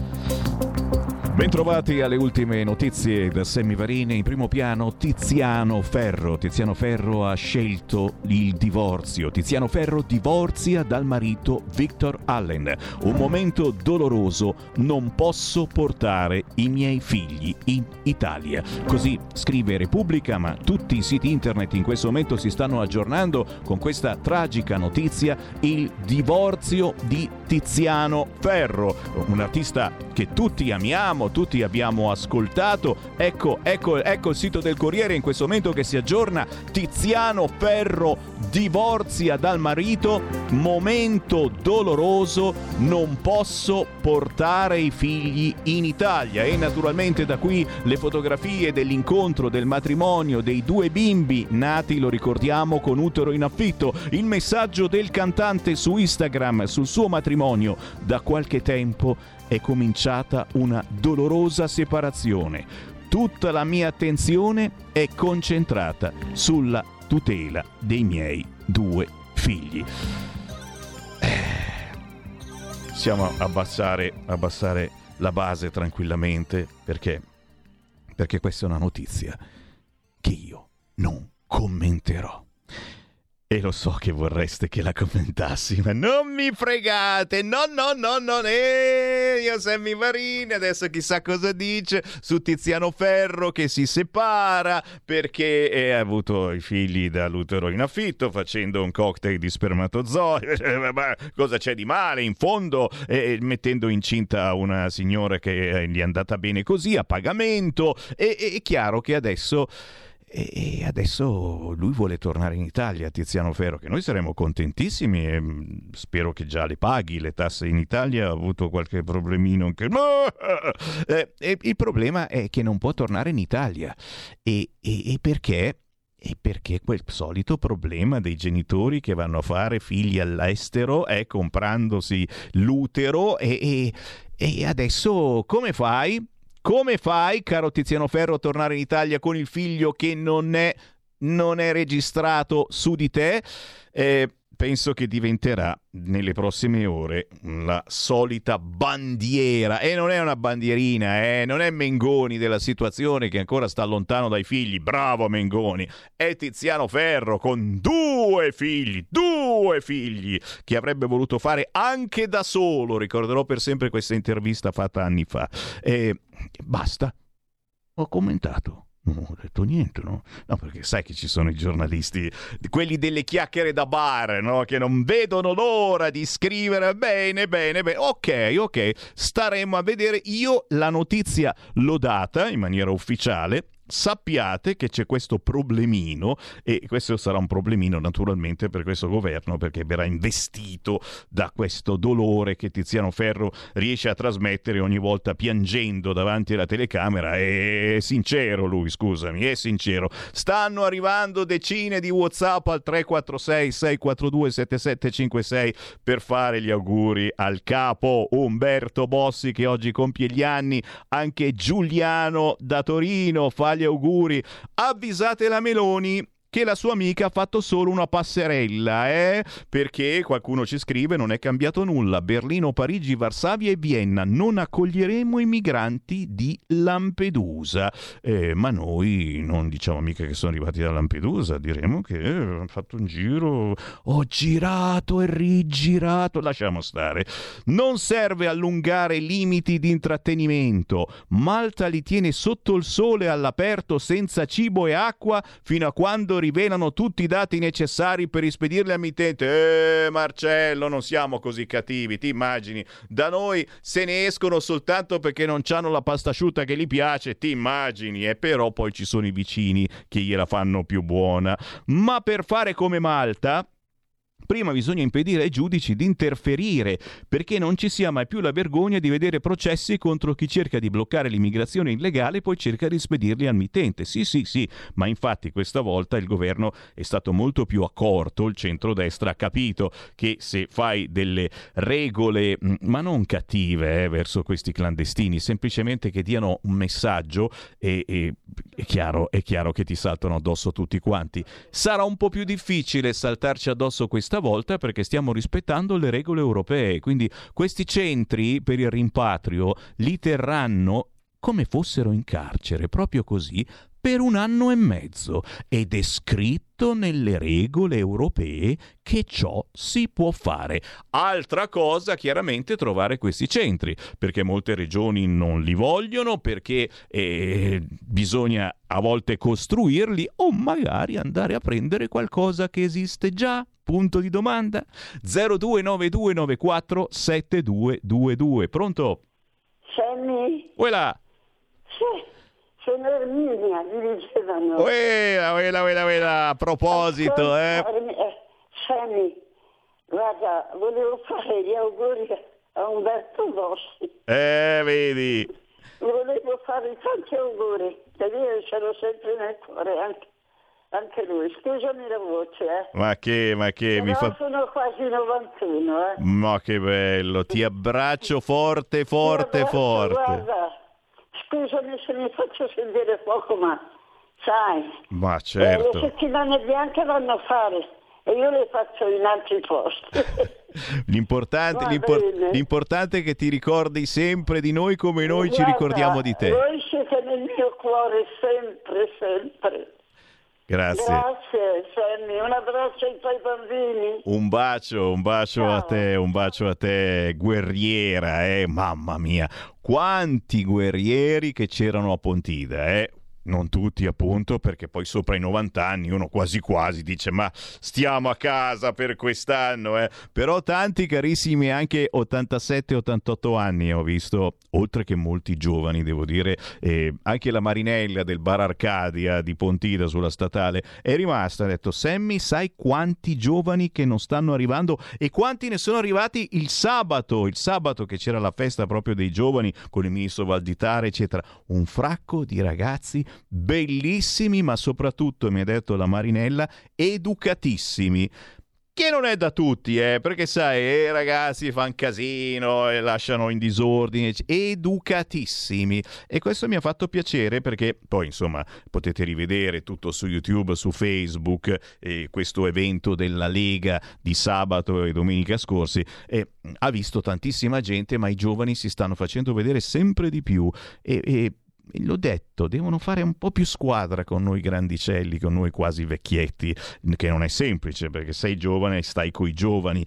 Bentrovati alle ultime notizie da Sammy Varin. In primo piano Tiziano Ferro. Tiziano Ferro ha scelto il divorzio. Tiziano Ferro divorzia dal marito Victor Allen. Un momento doloroso. Non posso portare i miei figli in Italia. Così scrive Repubblica, ma tutti i siti internet in questo momento si stanno aggiornando con questa tragica notizia: il divorzio di Tiziano Ferro, un artista che tutti amiamo, tutti abbiamo ascoltato. Ecco, ecco, ecco il sito del Corriere in questo momento che si aggiorna. Tiziano Ferro divorzia dal marito, momento doloroso, non posso portare i figli in Italia. E naturalmente da qui le fotografie dell'incontro, del matrimonio, dei due bimbi nati, lo ricordiamo, con utero in affitto. Il messaggio del cantante su Instagram sul suo matrimonio: da qualche tempo è cominciata una dolorosa separazione. Tutta la mia attenzione è concentrata sulla tutela dei miei due figli. Possiamo abbassare, abbassare la base tranquillamente, perché, perché questa è una notizia che io non commenterò. E lo so che vorreste che la commentassi, ma non mi fregate, no, no, no, no, eh, io Sammy Varin, adesso chissà cosa dice su Tiziano Ferro che si separa perché ha avuto i figli dall'utero in affitto facendo un cocktail di spermatozoi. Ma cosa c'è di male? In fondo, eh, mettendo incinta una signora che gli è andata bene così, a pagamento. E è chiaro che adesso... e adesso lui vuole tornare in Italia, Tiziano Ferro, che noi saremmo contentissimi e spero che già le paghi le tasse in Italia. Ha avuto qualche problemino anche... eh, e il problema è che non può tornare in Italia e, e, e perché? E perché quel solito problema dei genitori che vanno a fare figli all'estero è comprandosi l'utero e, e, e adesso come fai? Come fai, caro Tiziano Ferro, a tornare in Italia con il figlio che non è, non è registrato su di te? Eh, penso che diventerà nelle prossime ore la solita bandiera, e non è una bandierina, eh? Non è Mengoni della situazione che ancora sta lontano dai figli, bravo Mengoni, è Tiziano Ferro con due figli, due figli che avrebbe voluto fare anche da solo. Ricorderò per sempre questa intervista fatta anni fa. E basta, ho commentato. Non ho detto niente, no? No, perché sai che ci sono i giornalisti, quelli delle chiacchiere da bar, no? Che non vedono l'ora di scrivere bene, bene, bene. Ok, ok, staremo a vedere. Io la notizia l'ho data in maniera ufficiale. Sappiate che c'è questo problemino, e questo sarà un problemino naturalmente per questo governo, perché verrà investito da questo dolore che Tiziano Ferro riesce a trasmettere ogni volta piangendo davanti alla telecamera. È sincero lui, scusami, è sincero. Stanno arrivando decine di WhatsApp al tre quattro sei sei quattro due sette sette cinque sei per fare gli auguri al capo Umberto Bossi, che oggi compie gli anni. Anche Giuliano da Torino fa gli auguri. Avvisate la Meloni che la sua amica ha fatto solo una passerella, eh? Perché qualcuno ci scrive: non è cambiato nulla, Berlino, Parigi, Varsavia e Vienna, non accoglieremo i migranti di Lampedusa. Eh, ma noi non diciamo mica che sono arrivati da Lampedusa, diremo che eh, hanno fatto un giro, ho girato e rigirato, lasciamo stare. Non serve allungare limiti di intrattenimento, Malta li tiene sotto il sole all'aperto senza cibo e acqua fino a quando rivelano tutti i dati necessari per ispedirli al mittente. Eh, Marcello, non siamo così cattivi, ti immagini? Da noi se ne escono soltanto perché non c'hanno la pasta asciutta che gli piace, ti immagini? E però poi ci sono i vicini che gliela fanno più buona. Ma per fare come Malta, prima bisogna impedire ai giudici di interferire, perché non ci sia mai più la vergogna di vedere processi contro chi cerca di bloccare l'immigrazione illegale e poi cerca di spedirli al mittente. Sì, sì, sì, ma infatti questa volta il governo è stato molto più accorto, il centrodestra ha capito che se fai delle regole, ma non cattive, eh, verso questi clandestini, semplicemente che diano un messaggio, e, e è chiaro, è chiaro che ti saltano addosso tutti quanti. Sarà un po' più difficile saltarci addosso questa volta perché stiamo rispettando le regole europee, quindi questi centri per il rimpatrio li terranno come fossero in carcere, proprio così, per un anno e mezzo, ed è scritto nelle regole europee che ciò si può fare. Altra cosa, chiaramente, trovare questi centri, perché molte regioni non li vogliono, perché eh, bisogna a volte costruirli o magari andare a prendere qualcosa che esiste già. Punto di domanda. zero due nove due nove quattro sette due due due. Pronto? Sammy? Uela. Sì. Sono Erminia, mi dicevano. Uela, uela, uela, uela. A proposito, eh. Sammy, guarda, volevo fare gli auguri a Umberto Bossi. Eh, vedi. Volevo fare tanti auguri, perché io sono sempre nel cuore, anche, anche lui. Scusami la voce, eh. Ma che, ma che, Però mi fa... sono quasi novantuno, eh. Ma che bello, ti abbraccio forte, forte, abbraccio, forte. Guarda, scusami se mi faccio sentire poco, ma sai, Ma eh, certo. le settimane bianche vanno a fare e io le faccio in altri posti. L'importante, Va l'impor- bene. l'importante è che ti ricordi sempre di noi come noi ci Guarda, ricordiamo di te. Voi siete nel mio cuore sempre, sempre. Grazie. Grazie, Sammy. Un abbraccio ai tuoi bambini. Un bacio, un bacio Ciao. a te, un bacio a te, guerriera, eh, mamma mia, quanti guerrieri che c'erano a Pontida, eh. non tutti appunto, perché poi sopra i novanta anni uno quasi quasi dice ma stiamo a casa per quest'anno, eh. Però tanti carissimi anche ottantasette ottantotto anni ho visto, oltre che molti giovani devo dire, eh, anche la Marinella del Bar Arcadia di Pontida sulla statale è rimasta, ha detto Sammy sai quanti giovani che non stanno arrivando e quanti ne sono arrivati il sabato, il sabato che c'era la festa proprio dei giovani con il ministro Valditare eccetera, un fracco di ragazzi bellissimi, ma soprattutto, mi ha detto la Marinella, educatissimi. Che non è da tutti, eh, perché sai, i eh, ragazzi fanno casino e lasciano in disordine, educatissimi. E questo mi ha fatto piacere perché poi, insomma, potete rivedere tutto su YouTube, su Facebook, eh, questo evento della Lega di sabato e domenica scorsi. Eh, ha visto tantissima gente, ma i giovani si stanno facendo vedere sempre di più e... e l'ho detto, devono fare un po' più squadra con noi grandicelli, con noi quasi vecchietti, che non è semplice perché sei giovane e stai coi giovani,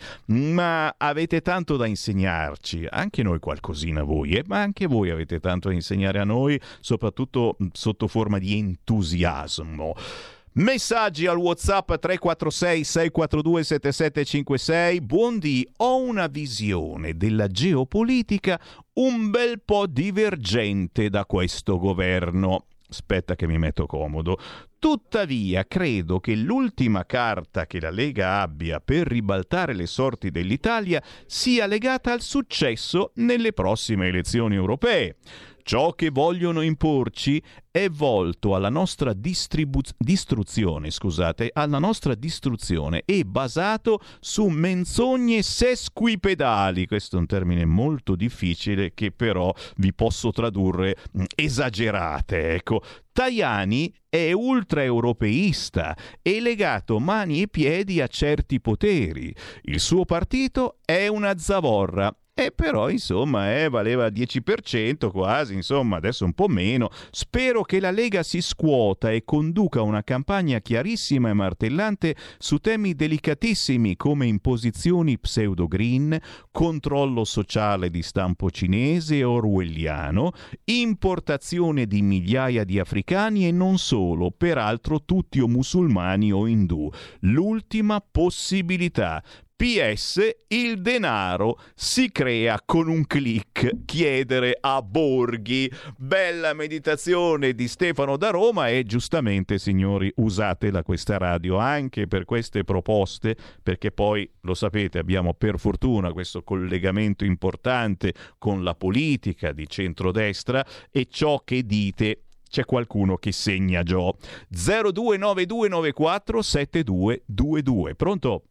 ma avete tanto da insegnarci, anche noi qualcosina voi, eh? Ma anche voi avete tanto da insegnare a noi, soprattutto sotto forma di entusiasmo. Messaggi al WhatsApp tre quattro sei sei quattro due sette sette cinque sei. Buondì, ho una visione della geopolitica un bel po' divergente da questo governo. Aspetta che mi metto comodo. Tuttavia, credo che l'ultima carta che la Lega abbia per ribaltare le sorti dell'Italia sia legata al successo nelle prossime elezioni europee. Ciò che vogliono imporci è volto alla nostra distribu- distruzione, scusate, alla nostra distruzione e basato su menzogne sesquipedali. Questo è un termine molto difficile che però vi posso tradurre mh, esagerate, ecco. Tajani è ultraeuropeista e legato mani e piedi a certi poteri. Il suo partito è una zavorra. E però, insomma, eh, valeva il dieci per cento quasi, insomma, adesso un po' meno. Spero che la Lega si scuota e conduca una campagna chiarissima e martellante su temi delicatissimi come imposizioni pseudo-green, controllo sociale di stampo cinese e orwelliano, importazione di migliaia di africani e non solo, peraltro tutti o musulmani o indù. L'ultima possibilità. P S. Il denaro si crea con un click. Chiedere a Borghi. Bella meditazione di Stefano da Roma e giustamente, signori, usatela questa radio anche per queste proposte, perché poi, lo sapete, abbiamo per fortuna questo collegamento importante con la politica di centrodestra e ciò che dite c'è qualcuno che segna già. zero due nove due nove quattro sette due due due. Pronto?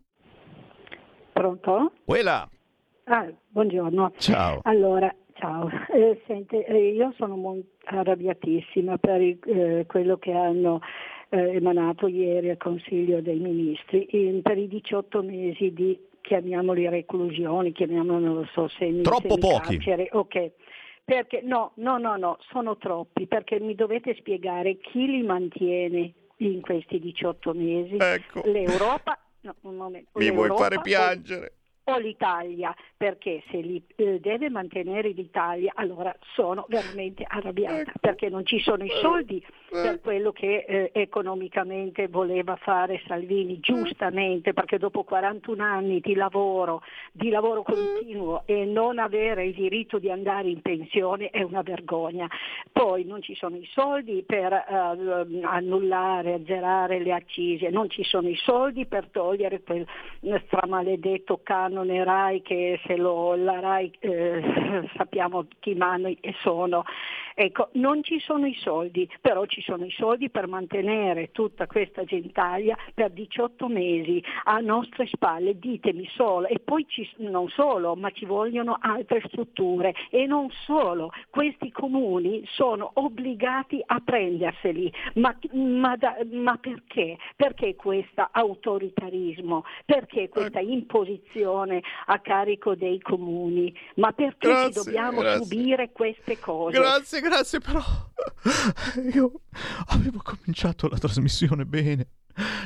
Pronto? Uela. Ah, buongiorno. Ciao. Allora, ciao. Eh, sente, eh, io sono molto arrabbiatissima per eh, quello che hanno eh, emanato ieri al Consiglio dei Ministri in, per i diciotto mesi di, chiamiamoli reclusioni, chiamiamoli, non lo so, semi, troppo pochi. Ok. Perché no, no, no, no, sono troppi, perché mi dovete spiegare chi li mantiene in questi diciotto mesi. Ecco. L'Europa. No, un momento. Mi vuoi fare piangere? O l'Italia, perché se li eh, deve mantenere l'Italia, allora sono veramente arrabbiata, ecco. Perché non ci sono i soldi per quello che eh, economicamente voleva fare Salvini, giustamente, perché dopo quarantuno anni di lavoro, di lavoro continuo e non avere il diritto di andare in pensione è una vergogna. Poi non ci sono i soldi per eh, annullare, azzerare le accise, non ci sono i soldi per togliere quel stramaledetto canone Rai che se lo la Rai eh, sappiamo chi mano e sono. Ecco, non ci sono i soldi, però ci sono i soldi per mantenere tutta questa gentaglia per diciotto mesi a nostre spalle, ditemi solo, e poi ci, non solo, ma ci vogliono altre strutture e non solo, questi comuni sono obbligati a prenderseli, ma, ma, da, ma perché? Perché questo autoritarismo? Perché questa imposizione a carico dei comuni? Ma perché grazie, ci dobbiamo grazie. subire queste cose? Grazie, grazie, però io avevo cominciato la trasmissione bene.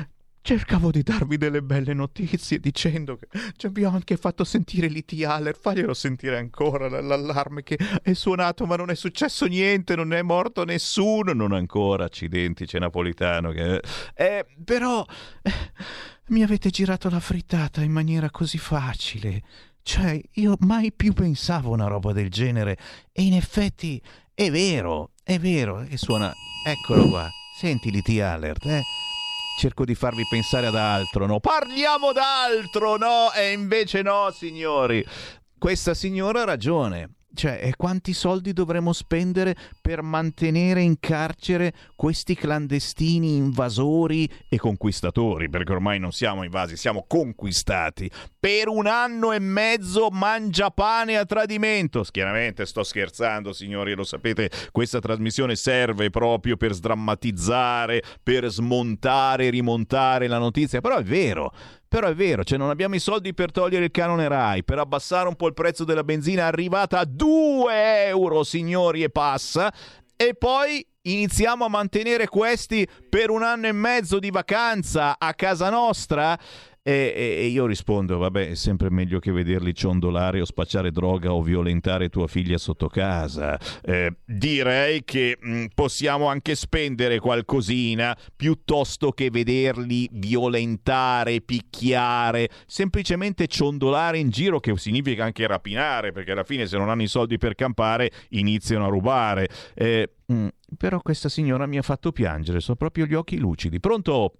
cercavo di darvi delle belle notizie dicendo che ci abbiamo anche fatto sentire l'I T Alert, faglielo sentire ancora l'allarme che è suonato, ma non è successo niente, non è morto nessuno, non ancora, accidenti, c'è Napolitano che... Eh, però eh, mi avete girato la frittata in maniera così facile, cioè io mai più pensavo una roba del genere e in effetti è vero, è vero, che suona, eccolo qua, senti l'I T Alert, eh? Cerco di farvi pensare ad altro, no? Parliamo d'altro, no? E invece no, signori. Questa signora ha ragione. Cioè, e quanti soldi dovremmo spendere per mantenere in carcere questi clandestini invasori e conquistatori? Perché ormai non siamo invasi, siamo conquistati. Per un anno e mezzo mangiapane a tradimento. Chiaramente sto scherzando, signori, lo sapete, questa trasmissione serve proprio per sdrammatizzare, per smontare e rimontare la notizia, però è vero. Però è vero, cioè non abbiamo i soldi per togliere il canone Rai, per abbassare un po' il prezzo della benzina, è arrivata a due euro, signori, e passa, e poi iniziamo a mantenere questi per un anno e mezzo di vacanza a casa nostra? E, e, e io rispondo, vabbè, è sempre meglio che vederli ciondolare o spacciare droga o violentare tua figlia sotto casa. Eh, direi che mh, possiamo anche spendere qualcosina piuttosto che vederli violentare, picchiare, semplicemente ciondolare in giro, che significa anche rapinare, perché alla fine se non hanno i soldi per campare iniziano a rubare. Eh, mh, però questa signora mi ha fatto piangere, sono proprio gli occhi lucidi. Pronto?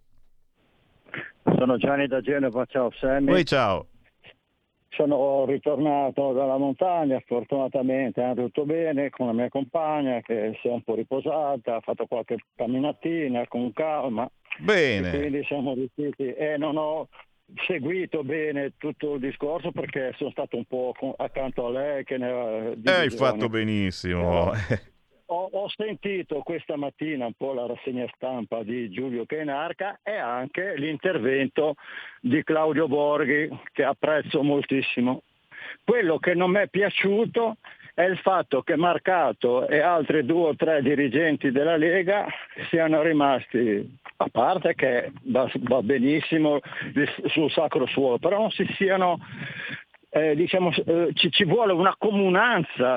Sono Gianni da Genova, ciao Sammy. Poi ciao. Sono ritornato dalla montagna, fortunatamente è tutto bene, con la mia compagna che si è un po' riposata, ha fatto qualche camminatina con calma. Bene. E quindi siamo riusciti e non ho seguito bene tutto il discorso perché sono stato un po' accanto a lei che ne ha eh, hai fatto benissimo. Eh, Ho, ho sentito questa mattina un po' la rassegna stampa di Giulio Cainarca e anche l'intervento di Claudio Borghi, che apprezzo moltissimo. Quello che non mi è piaciuto è il fatto che Marcato e altri due o tre dirigenti della Lega siano rimasti, a parte che va, va benissimo sul sacro suolo, però non si siano, eh, diciamo, eh, ci, ci vuole una comunanza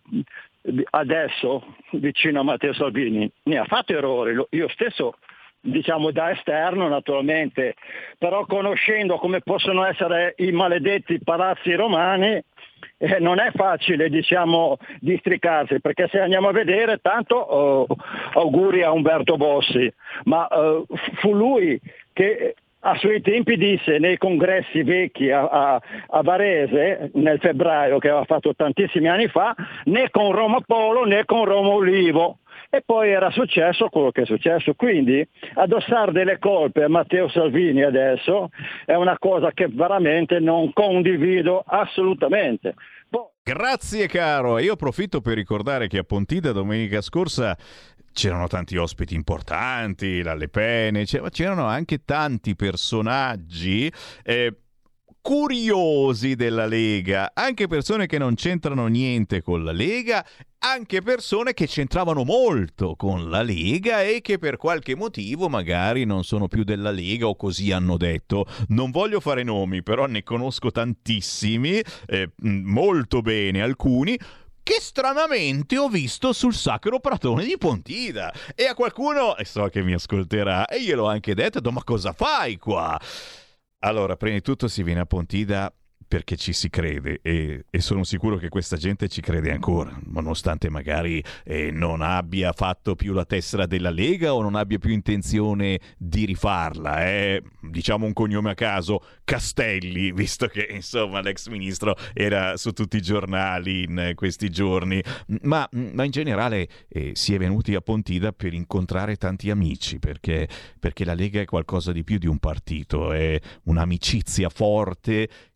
adesso vicino a Matteo Salvini. Ne ha fatto errori, io stesso, diciamo da esterno naturalmente, però conoscendo come possono essere i maledetti palazzi romani eh, non è facile, diciamo, districarsi, perché se andiamo a vedere tanto oh, auguri a Umberto Bossi, ma eh, fu lui che a suoi tempi disse nei congressi vecchi a, a, a Varese nel febbraio, che aveva fatto tantissimi anni fa, né con Roma Polo né con Roma Olivo, e poi era successo quello che è successo. Quindi addossare delle colpe a Matteo Salvini adesso è una cosa che veramente non condivido assolutamente. Poi... Grazie caro, io approfitto per ricordare che a Pontida domenica scorsa c'erano tanti ospiti importanti, la Le Pen, c'erano anche tanti personaggi eh, curiosi della Lega, anche persone che non c'entrano niente con la Lega, anche persone che c'entravano molto con la Lega e che per qualche motivo magari non sono più della Lega o così hanno detto. Non voglio fare nomi, però ne conosco tantissimi, eh, molto bene alcuni, che stranamente ho visto sul Sacro Pratone di Pontida. E a qualcuno, e so che mi ascolterà, e gliel'ho anche detto, ma cosa fai qua? Allora, prima di tutto si viene a Pontida perché ci si crede e, e sono sicuro che questa gente ci crede ancora, nonostante magari eh, non abbia fatto più la tessera della Lega o non abbia più intenzione di rifarla. Eh. Diciamo un cognome a caso, Castelli, visto che insomma l'ex ministro era su tutti i giornali in questi giorni, ma, ma in generale eh, si è venuti a Pontida per incontrare tanti amici, perché, perché la Lega è qualcosa di più di un partito, è un'amicizia forte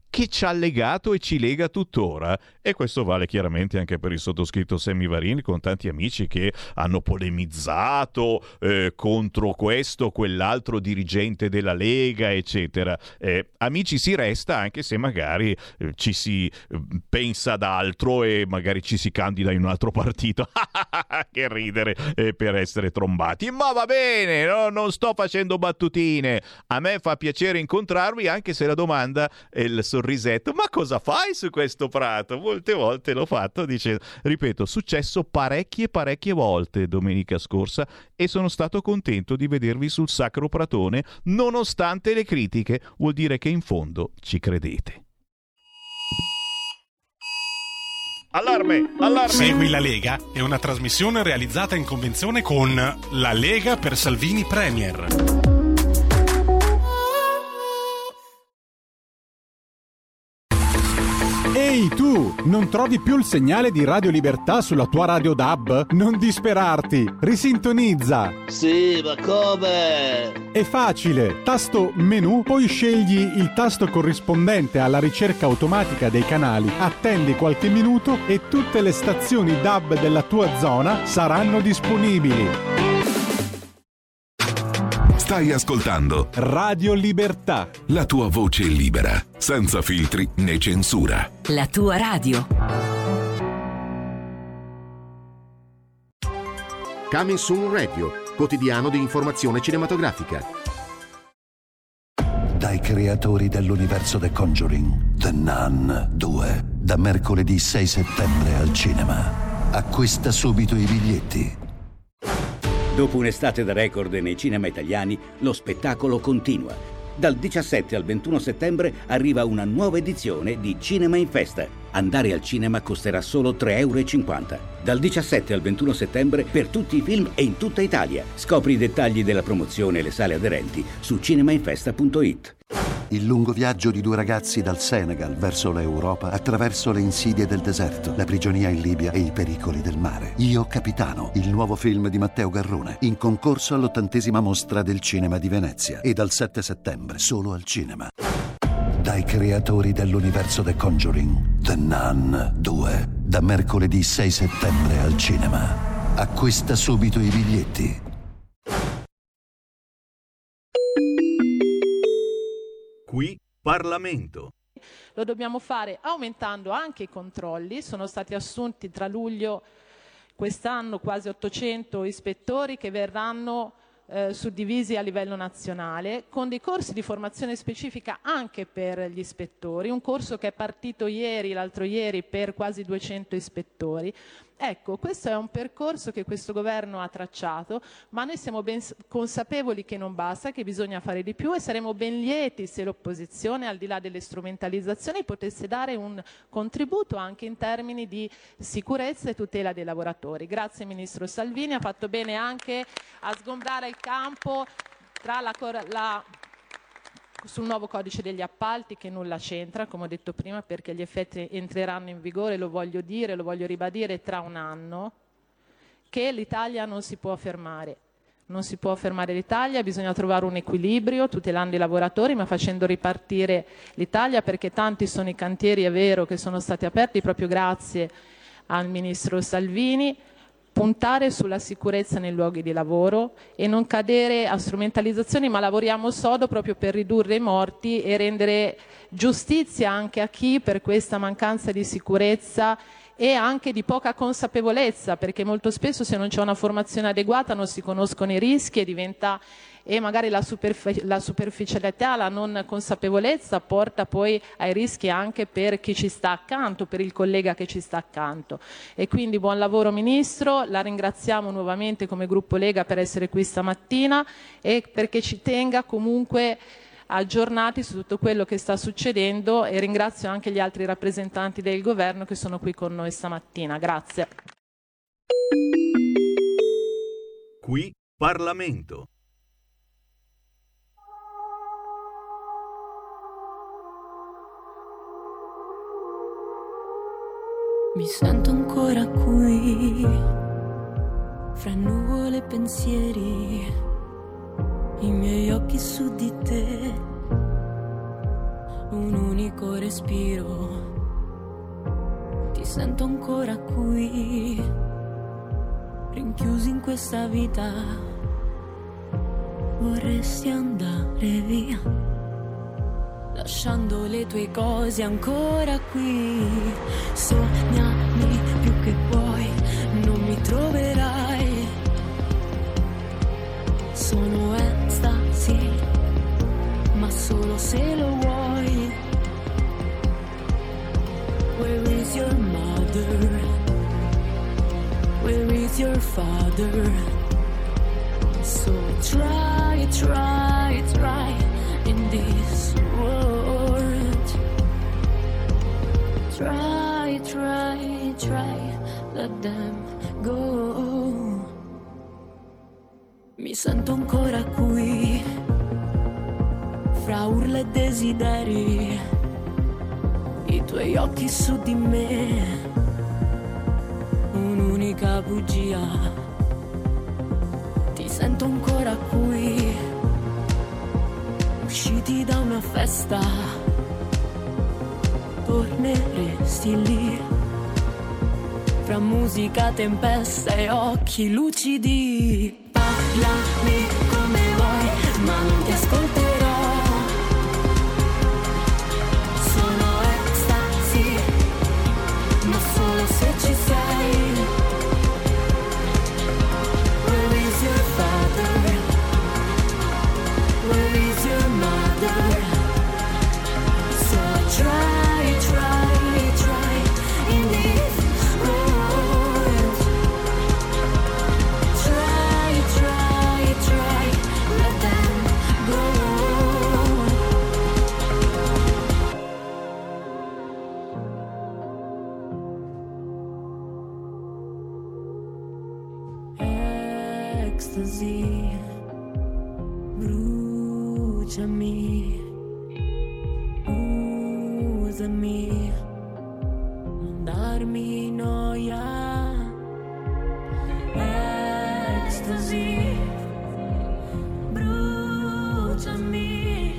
che ci ha legato e ci lega tuttora. E questo vale chiaramente anche per il sottoscritto Sammy Varin, con tanti amici che hanno polemizzato eh, contro questo, quell'altro dirigente della Lega, eccetera. Eh, amici si resta, anche se magari eh, ci si eh, pensa ad altro e magari ci si candida in un altro partito. Che ridere eh, per essere trombati. Ma va bene, no? Non sto facendo battutine. A me fa piacere incontrarvi, anche se la domanda è il sorrisetto: ma cosa fai su questo prato? Molte volte l'ho fatto, dice, ripeto, successo parecchie parecchie volte domenica scorsa, e sono stato contento di vedervi sul sacro pratone nonostante le critiche. Vuol dire che in fondo ci credete. Allarme, allarme. Segui la Lega è una trasmissione realizzata in convenzione con La Lega per Salvini Premier. Ehi tu, non trovi più il segnale di Radio Libertà sulla tua radio D A B? Non disperarti, risintonizza. Sì, ma come? È facile, tasto menu, poi scegli il tasto corrispondente alla ricerca automatica dei canali, attendi qualche minuto e tutte le stazioni D A B della tua zona saranno disponibili. Stai ascoltando Radio Libertà, la tua voce libera, senza filtri né censura. La tua radio. Coming Soon Radio, quotidiano di informazione cinematografica. Dai creatori dell'universo The Conjuring, The Nun due, da mercoledì sei settembre al cinema. Acquista subito i biglietti. Dopo un'estate da record nei cinema italiani, lo spettacolo continua. Dal diciassette al ventuno settembre arriva una nuova edizione di Cinema in Festa. Andare al cinema costerà solo tre euro e cinquanta. Dal diciassette al ventuno settembre per tutti i film e in tutta Italia. Scopri i dettagli della promozione e le sale aderenti su cinemainfesta punto it. Il lungo viaggio di due ragazzi dal Senegal verso l'Europa attraverso le insidie del deserto, la prigionia in Libia e i pericoli del mare. Io Capitano, il nuovo film di Matteo Garrone, in concorso all'ottantesima mostra del cinema di Venezia, e dal sette settembre solo al cinema. Dai creatori dell'universo The Conjuring, The Nun due, da mercoledì sei settembre al cinema. Acquista subito i biglietti. Qui Parlamento. Lo dobbiamo fare aumentando anche i controlli. Sono stati assunti tra luglio quest'anno quasi ottocento ispettori che verranno eh, suddivisi a livello nazionale, con dei corsi di formazione specifica anche per gli ispettori, un corso che è partito ieri, l'altro ieri, per quasi duecento ispettori. Ecco, questo è un percorso che questo governo ha tracciato, ma noi siamo ben consapevoli che non basta, che bisogna fare di più, e saremo ben lieti se l'opposizione, al di là delle strumentalizzazioni, potesse dare un contributo anche in termini di sicurezza e tutela dei lavoratori. Grazie Ministro Salvini, ha fatto bene anche a sgombrare il campo tra la, la sul nuovo codice degli appalti, che nulla c'entra, come ho detto prima, perché gli effetti entreranno in vigore, lo voglio dire, lo voglio ribadire, tra un anno, che l'Italia non si può fermare. Non si può fermare l'Italia, bisogna trovare un equilibrio tutelando i lavoratori ma facendo ripartire l'Italia, perché tanti sono i cantieri, è vero, che sono stati aperti proprio grazie al Ministro Salvini. Puntare sulla sicurezza nei luoghi di lavoro e non cadere a strumentalizzazioni, ma lavoriamo sodo proprio per ridurre i morti e rendere giustizia anche a chi per questa mancanza di sicurezza e anche di poca consapevolezza, perché molto spesso se non c'è una formazione adeguata non si conoscono i rischi e diventa e magari la, superf- la superficialità, la non consapevolezza porta poi ai rischi anche per chi ci sta accanto, per il collega che ci sta accanto. E quindi buon lavoro Ministro, la ringraziamo nuovamente come gruppo Lega per essere qui stamattina e perché ci tenga comunque aggiornati su tutto quello che sta succedendo, e ringrazio anche gli altri rappresentanti del governo che sono qui con noi stamattina. Grazie. Qui Parlamento. Mi sento ancora qui, fra nuvole e pensieri, i miei occhi su di te. un unico respiro. Ti sento ancora qui, rinchiusi in questa vita. Vorresti andare via, lasciando le tue cose ancora qui. Sognami più che puoi, non mi troverai. Sono estasi, ma solo se lo vuoi. Where is your mother? Where is your father? So try, try, try in this world. Try, try, try, let them go. Mi sento ancora qui, fra urla e desideri, i tuoi occhi su di me, un'unica bugia. Ti sento ancora qui, usciti da una festa, torneresti lì, fra musica, tempesta e occhi lucidi. Parlami come vuoi, ma non ti ascolterò. Sono estasi, ma solo se ci sei. Where is your father? Where is your mother? So try, try, try in this world. Try, try, try, let them go. Ecstasy, bruciami, usami, non darmi noia. Ecstasy, bruciami,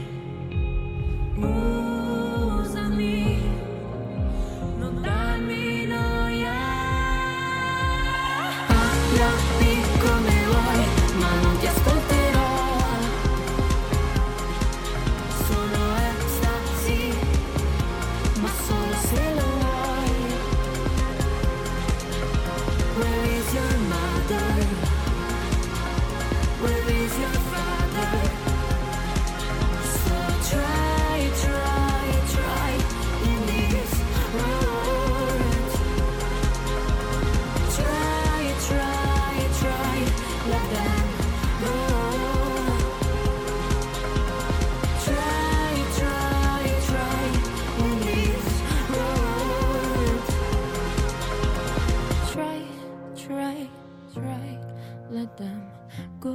usami, non darmi noia. Parlami come vuoi, ma non ti ascolterò. Sono estasi, ma solo se lo vuoi. Where is your mother? Where is your father? So try, try, try in this world. Try, try, try, let them go. Try, try, try in this world. Try, try, try, let them go.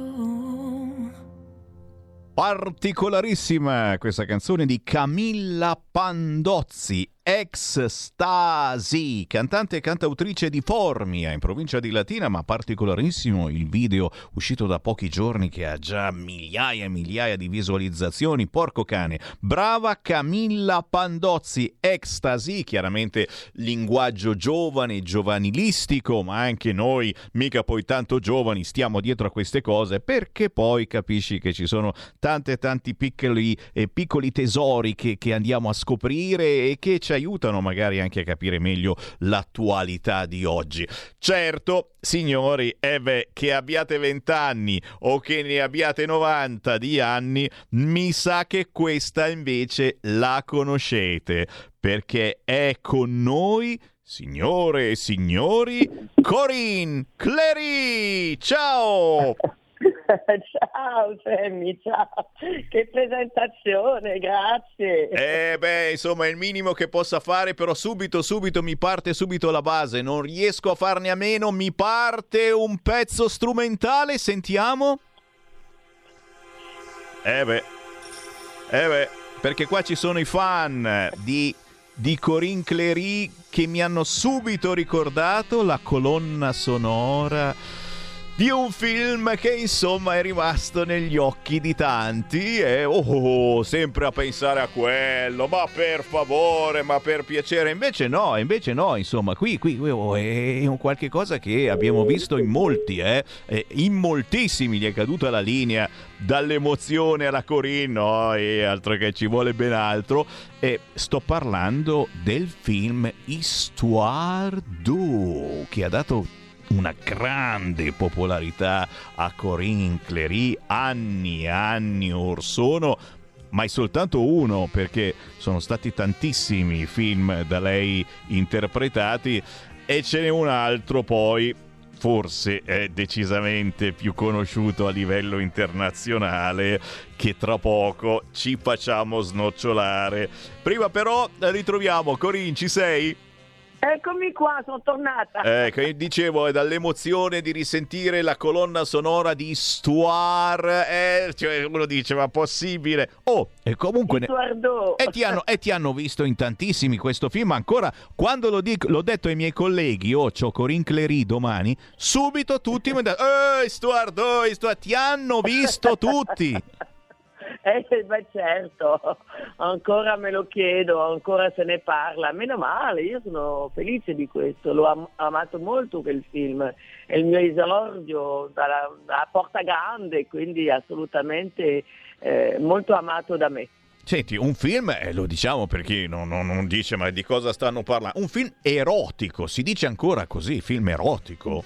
Particolarissima questa canzone di Camilla Pandozzi, Ecstasy, cantante e cantautrice di Formia in provincia di Latina, ma particolarissimo il video uscito da pochi giorni che ha già migliaia e migliaia di visualizzazioni. Porco cane, brava Camilla Pandozzi, Ecstasy, chiaramente linguaggio giovane, giovanilistico, ma anche noi, mica poi tanto giovani, stiamo dietro a queste cose, perché poi capisci che ci sono tante tanti piccoli e piccoli tesori che, che andiamo a scoprire e che ci aiutano magari anche a capire meglio l'attualità di oggi. Certo, signori, eh beh, che abbiate vent'anni o che ne abbiate novanta di anni, mi sa che questa invece la conoscete, perché è con noi, signore e signori, Corinne Clery. Ciao! Ciao Sammy, ciao, che presentazione, grazie. Eh beh, insomma è il minimo che possa fare, però subito subito mi parte subito la base, non riesco a farne a meno, mi parte un pezzo strumentale, sentiamo. Eh beh, eh beh, perché qua ci sono i fan di, di Corinne Clery che mi hanno subito ricordato la colonna sonora di un film che insomma è rimasto negli occhi di tanti e oh, oh, sempre a pensare a quello, ma per favore, ma per piacere, invece no, invece no, insomma qui, qui oh, è un qualche cosa che abbiamo visto in molti, eh? in moltissimi gli è caduta la linea, dall'emozione alla Corinne, no, e altro che ci vuole ben altro, e sto parlando del film Histoire d'eau, che ha dato una grande popolarità a Corinne Cléry anni e anni or sono, ma è soltanto uno, perché sono stati tantissimi film da lei interpretati e ce n'è un altro poi, forse è decisamente più conosciuto a livello internazionale, che tra poco ci facciamo snocciolare. Prima però ritroviamo Corinne, ci sei? Eccomi qua, sono tornata. Ecco, eh, dicevo, è dall'emozione di risentire la colonna sonora di Histoire, eh, cioè uno dice, ma possibile? Oh, e comunque ne... e, ti hanno, e ti hanno visto in tantissimi questo film, ancora quando lo dico, l'ho detto ai miei colleghi, oh, c'ho Corinne Cléry domani, subito tutti mi hanno detto, oh, Histoire d'eau, Histoire, ti hanno visto tutti. Eh, beh certo, ancora me lo chiedo, ancora se ne parla, meno male, io sono felice di questo, l'ho am- amato molto quel film, è il mio esordio dalla, dalla Porta Grande, quindi assolutamente eh, molto amato da me. Senti, un film, eh, lo diciamo per chi non, non, non dice ma di cosa stanno parlando, un film erotico, si dice ancora così, film erotico?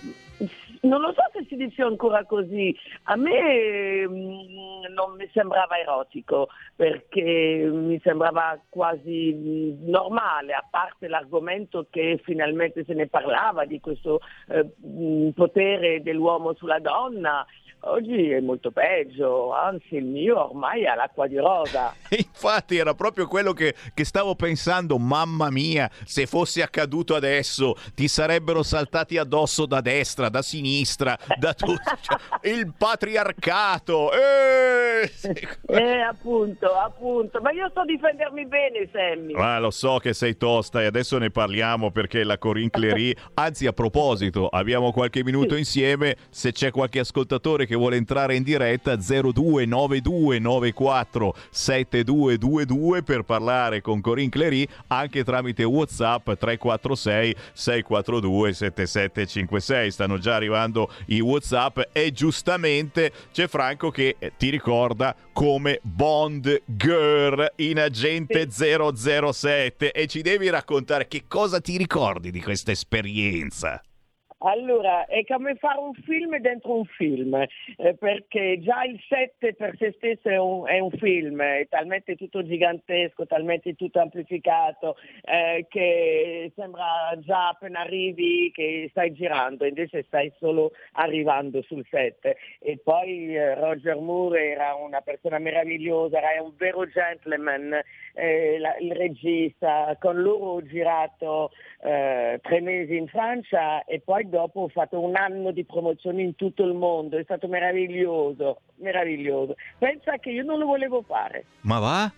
Non lo so se si dice ancora così, a me mh, non mi sembrava erotico, perché mi sembrava quasi mh, normale, a parte l'argomento che finalmente se ne parlava di questo eh, mh, potere dell'uomo sulla donna. Oggi è molto peggio, anzi il mio ormai ha l'acqua di rosa. Infatti era proprio quello che, che stavo pensando, mamma mia, se fosse accaduto adesso ti sarebbero saltati addosso da destra, da sinistra, da tutto, cioè, il patriarcato. Eh! eh appunto, appunto, ma io so difendermi bene, Sammy. Ma lo so che sei tosta e adesso ne parliamo, perché la Corinne Cléry, anzi a proposito, abbiamo qualche minuto insieme, se c'è qualche ascoltatore che vuole entrare in diretta, zero due nove due nove quattro sette due due due per parlare con Corinne Cléry, anche tramite WhatsApp tre quattro sei sei quattro due sette sette cinque sei. Stanno già arrivando i WhatsApp e giustamente c'è Franco che ti ricorda come Bond Girl in Agente zero zero sette e ci devi raccontare che cosa ti ricordi di questa esperienza. Allora, è come fare un film dentro un film, eh, perché già il set per se stesso è un, è un film, è talmente tutto gigantesco, talmente tutto amplificato, eh, che sembra già appena arrivi che stai girando, invece stai solo arrivando sul set. E poi eh, Roger Moore era una persona meravigliosa, era un vero gentleman, eh, la, il regista, con loro ho girato eh, tre mesi in Francia e poi dopo ho fatto un anno di promozioni in tutto il mondo, è stato meraviglioso, meraviglioso. Pensa che io non lo volevo fare. Ma va?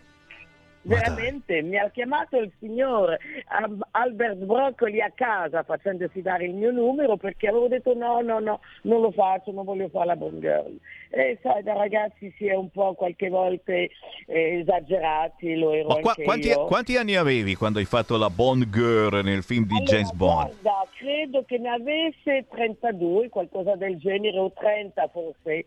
Veramente, mi ha chiamato il signor Albert Broccoli a casa facendosi dare il mio numero, perché avevo detto no, no, no, non lo faccio, non voglio fare la Bond Girl. E sai, da ragazzi si è un po' qualche volta eh, esagerati, lo ero Ma qua, anche quanti, io. Quanti anni avevi quando hai fatto la Bond Girl nel film di Allora, James Bond? Guarda, credo che ne avesse trentadue, qualcosa del genere, o trenta forse.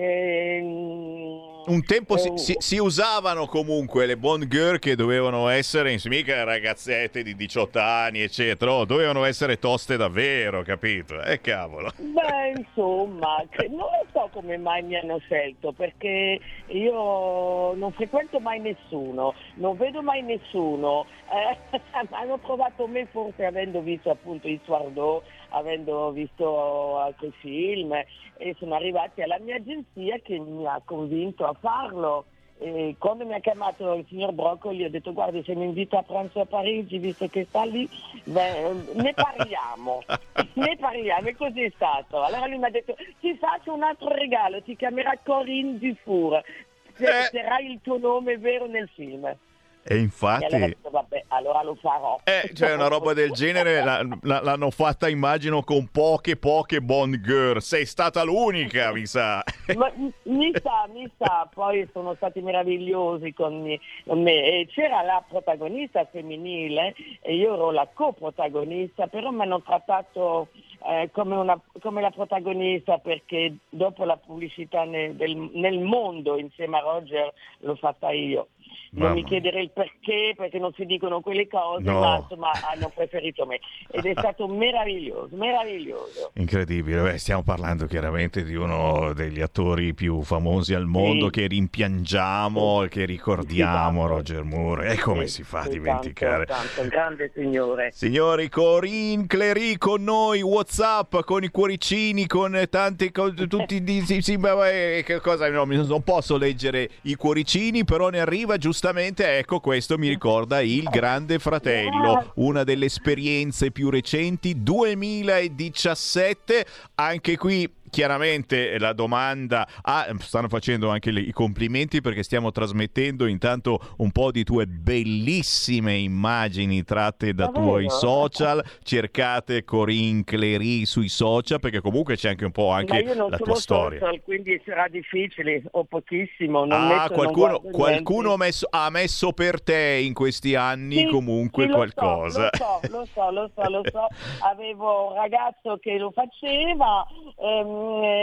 Ehm, Un tempo si, eh, si, si usavano comunque le Bond Girl che dovevano essere, mica ragazzette di diciotto anni, eccetera, oh, dovevano essere toste davvero, capito? Eh, cavolo. Beh, insomma, non lo so come mai mi hanno scelto, perché io non frequento mai nessuno, non vedo mai nessuno, eh, hanno trovato me forse avendo visto appunto Histoire d'eau, avendo visto altri film, e sono arrivati alla mia agenzia che mi ha convinto a farlo. E quando mi ha chiamato il signor Broccoli ho detto guardi, se mi invita a pranzo a Parigi, visto che sta lì, beh, ne parliamo, ne parliamo, e così è stato. Allora lui mi ha detto ti faccio un altro regalo, ti chiamerà Corinne Dufour, Eh. sarai il tuo nome vero nel film. E infatti... E allora ho detto, vabbè, allora lo farò. Eh, cioè una roba del genere la, la, l'hanno fatta, immagino, con poche poche Bond girl. Sei stata l'unica, mi sa. Ma, mi sa, mi sa, poi sono stati meravigliosi con me, con me. E c'era la protagonista femminile e io ero la coprotagonista, però mi hanno trattato eh, come, una, come la protagonista, perché dopo la pubblicità nel, del, nel mondo insieme a Roger l'ho fatta io. Non Mamma. mi chiedere il perché, perché non si dicono quelle cose, No. ma insomma hanno preferito me. Ed è stato meraviglioso, meraviglioso. Incredibile. Beh, stiamo parlando chiaramente di uno degli attori più famosi al mondo, Sì. che rimpiangiamo e che ricordiamo, Sì, tanto. Roger Moore. E come Sì, si fa a sì, dimenticare? Tanto, tanto, un grande signore. Signori, Corinne Clery con noi, WhatsApp, con i cuoricini, con tanti, con tutti di, sì, sì, ma, eh, che cosa, no, non posso leggere i cuoricini, però ne arriva giustamente, ecco, questo mi ricorda Il Grande Fratello, una delle esperienze più recenti, duemiladiciassette, anche qui. Chiaramente la domanda, ah, stanno facendo anche le, i complimenti perché stiamo trasmettendo intanto un po' di tue bellissime immagini tratte da Davvero? tuoi social. Cercate Corinne Clery sui social, perché comunque c'è anche un po' Ma anche io non la sono tua storia. social, quindi sarà difficile, o pochissimo. Non Ah, metto, qualcuno, non guardo qualcuno ha, niente. messo, ha messo per te in questi anni Sì, comunque sì, lo qualcosa. So, lo so, lo so, lo so, lo so. Avevo un ragazzo che lo faceva ehm,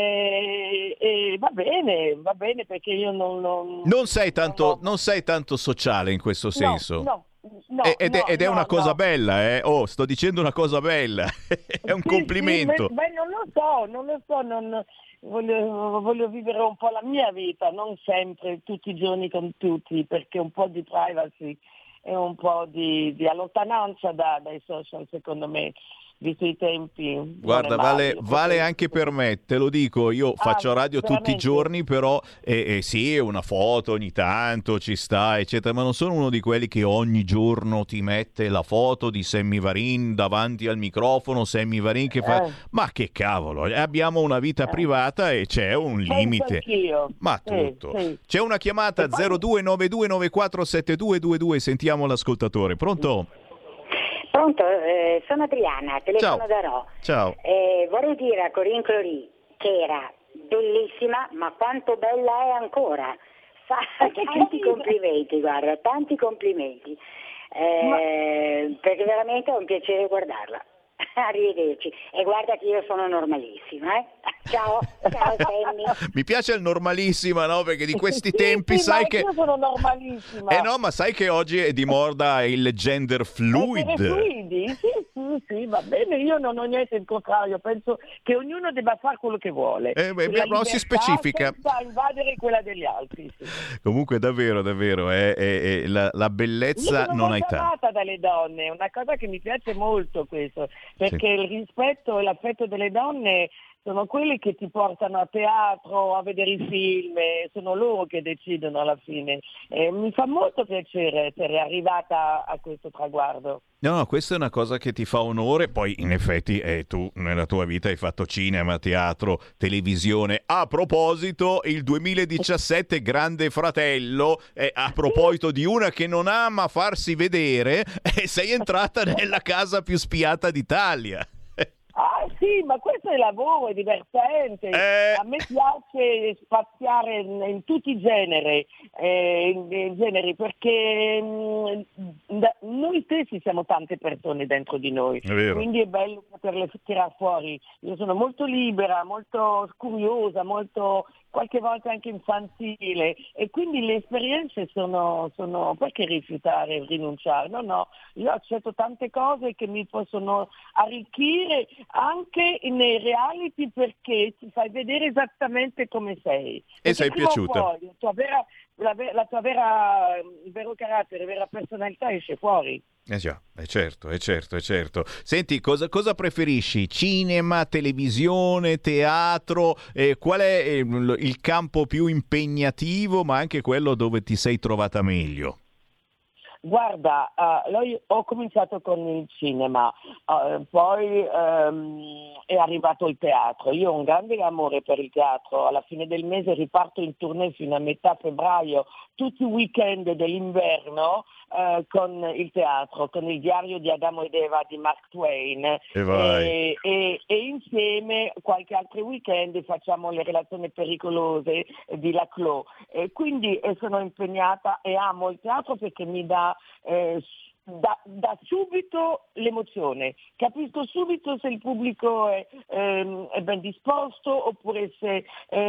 e, e va bene, va bene, perché io non... non... Non sei tanto, non sei tanto sociale in questo senso. No, no, E- ed, è, no, ed è no, una cosa no. bella, eh? Oh, sto dicendo una cosa bella. È un Sì, complimento. Sì, beh, beh, non lo so, non lo so, non, voglio, voglio vivere un po' la mia vita, non sempre, tutti i giorni con tutti, perché un po' di privacy e un po' di, di allontananza da, dai social, secondo me, visto i tempi. non Guarda, è male, vale, lo vale potrei- anche per me, te lo dico, io faccio radio tutti i veramente? giorni, però eh, eh, sì, una foto ogni tanto ci sta, eccetera, ma non sono uno di quelli che ogni giorno ti mette la foto di Sammy Varin davanti al microfono, Sammy Varin che fa... Eh. Ma che cavolo, eh, abbiamo una vita privata e c'è un limite. anch'io. Ma Sì, tutto. sì. C'è una chiamata zero due nove due nove quattro sette due due due, sentiamo l'ascoltatore. Pronto? Pronto, eh, sono Adriana, telefono Ciao. da Ro. Ciao. Eh, vorrei dire a Corinne Clery che era bellissima, ma quanto bella è ancora. Fa tanti complimenti, guarda, tanti complimenti. Eh, perché veramente è un piacere guardarla. Arrivederci. E guarda che io sono normalissima, eh? Ciao, ciao Sammy. Mi piace il normalissima, no? Perché di questi Sì, tempi sì, sai ma che... io sono normalissima. Eh no, ma sai che oggi è di moda il gender fluid. Essere fluidi? Sì, sì, sì, va bene, io non ho niente in contrario, penso che ognuno debba fare quello che vuole. Eh, beh, Quella però si libertà specifica. senza invadere quella degli altri. Sì. Comunque davvero, davvero, eh, eh, eh, la, la Io bellezza sono non hai molto tanto. amata dalle donne, è una cosa che mi piace molto questo, perché il rispetto e l'affetto delle donne sono quelli che ti portano a teatro, a vedere i film, e sono loro che decidono alla fine. E mi fa molto piacere essere arrivata a questo traguardo. No, no, questa è una cosa che ti fa onore, poi in effetti eh, tu nella tua vita hai fatto cinema, teatro, televisione. A proposito, il duemiladiciassette Grande Fratello, eh, a proposito di una che non ama farsi vedere, eh, sei entrata nella casa più spiata d'Italia. Ah sì, ma questo è lavoro, è divertente. Eh. A me piace spaziare in, in tutti i generi, eh, in, in generi perché mh, da- noi stessi siamo tante persone dentro di noi, È vero. quindi è bello poterle tirare fuori. Io sono molto libera, molto curiosa, molto qualche volta anche infantile e quindi le esperienze sono, sono perché rifiutare e rinunciare? No, no, io accetto tante cose che mi possono arricchire anche nei reality perché ti fai vedere esattamente come sei. Perché sei prima o piaciuta. poi la tua vera, la, ve- la tua vera, il vero carattere, la vera personalità esce fuori. Eh già, è certo, è certo, è certo. Senti, cosa, cosa preferisci? Cinema, televisione, teatro? Eh, qual è eh, il campo più impegnativo, ma anche quello dove ti sei trovata meglio? Guarda, uh, io ho cominciato con il cinema, uh, poi um, è arrivato il teatro. Io ho un grande amore per il teatro, alla fine del mese riparto in tournée fino a metà febbraio, tutti i weekend dell'inverno uh, con il teatro, con il diario di Adamo ed Eva di Mark Twain E vai. e, e, e insieme qualche altro weekend facciamo le relazioni pericolose di Laclos. E quindi eh, sono impegnata e amo il teatro perché mi dà Eh, da, da subito l'emozione, capisco subito se il pubblico è, ehm, è ben disposto oppure se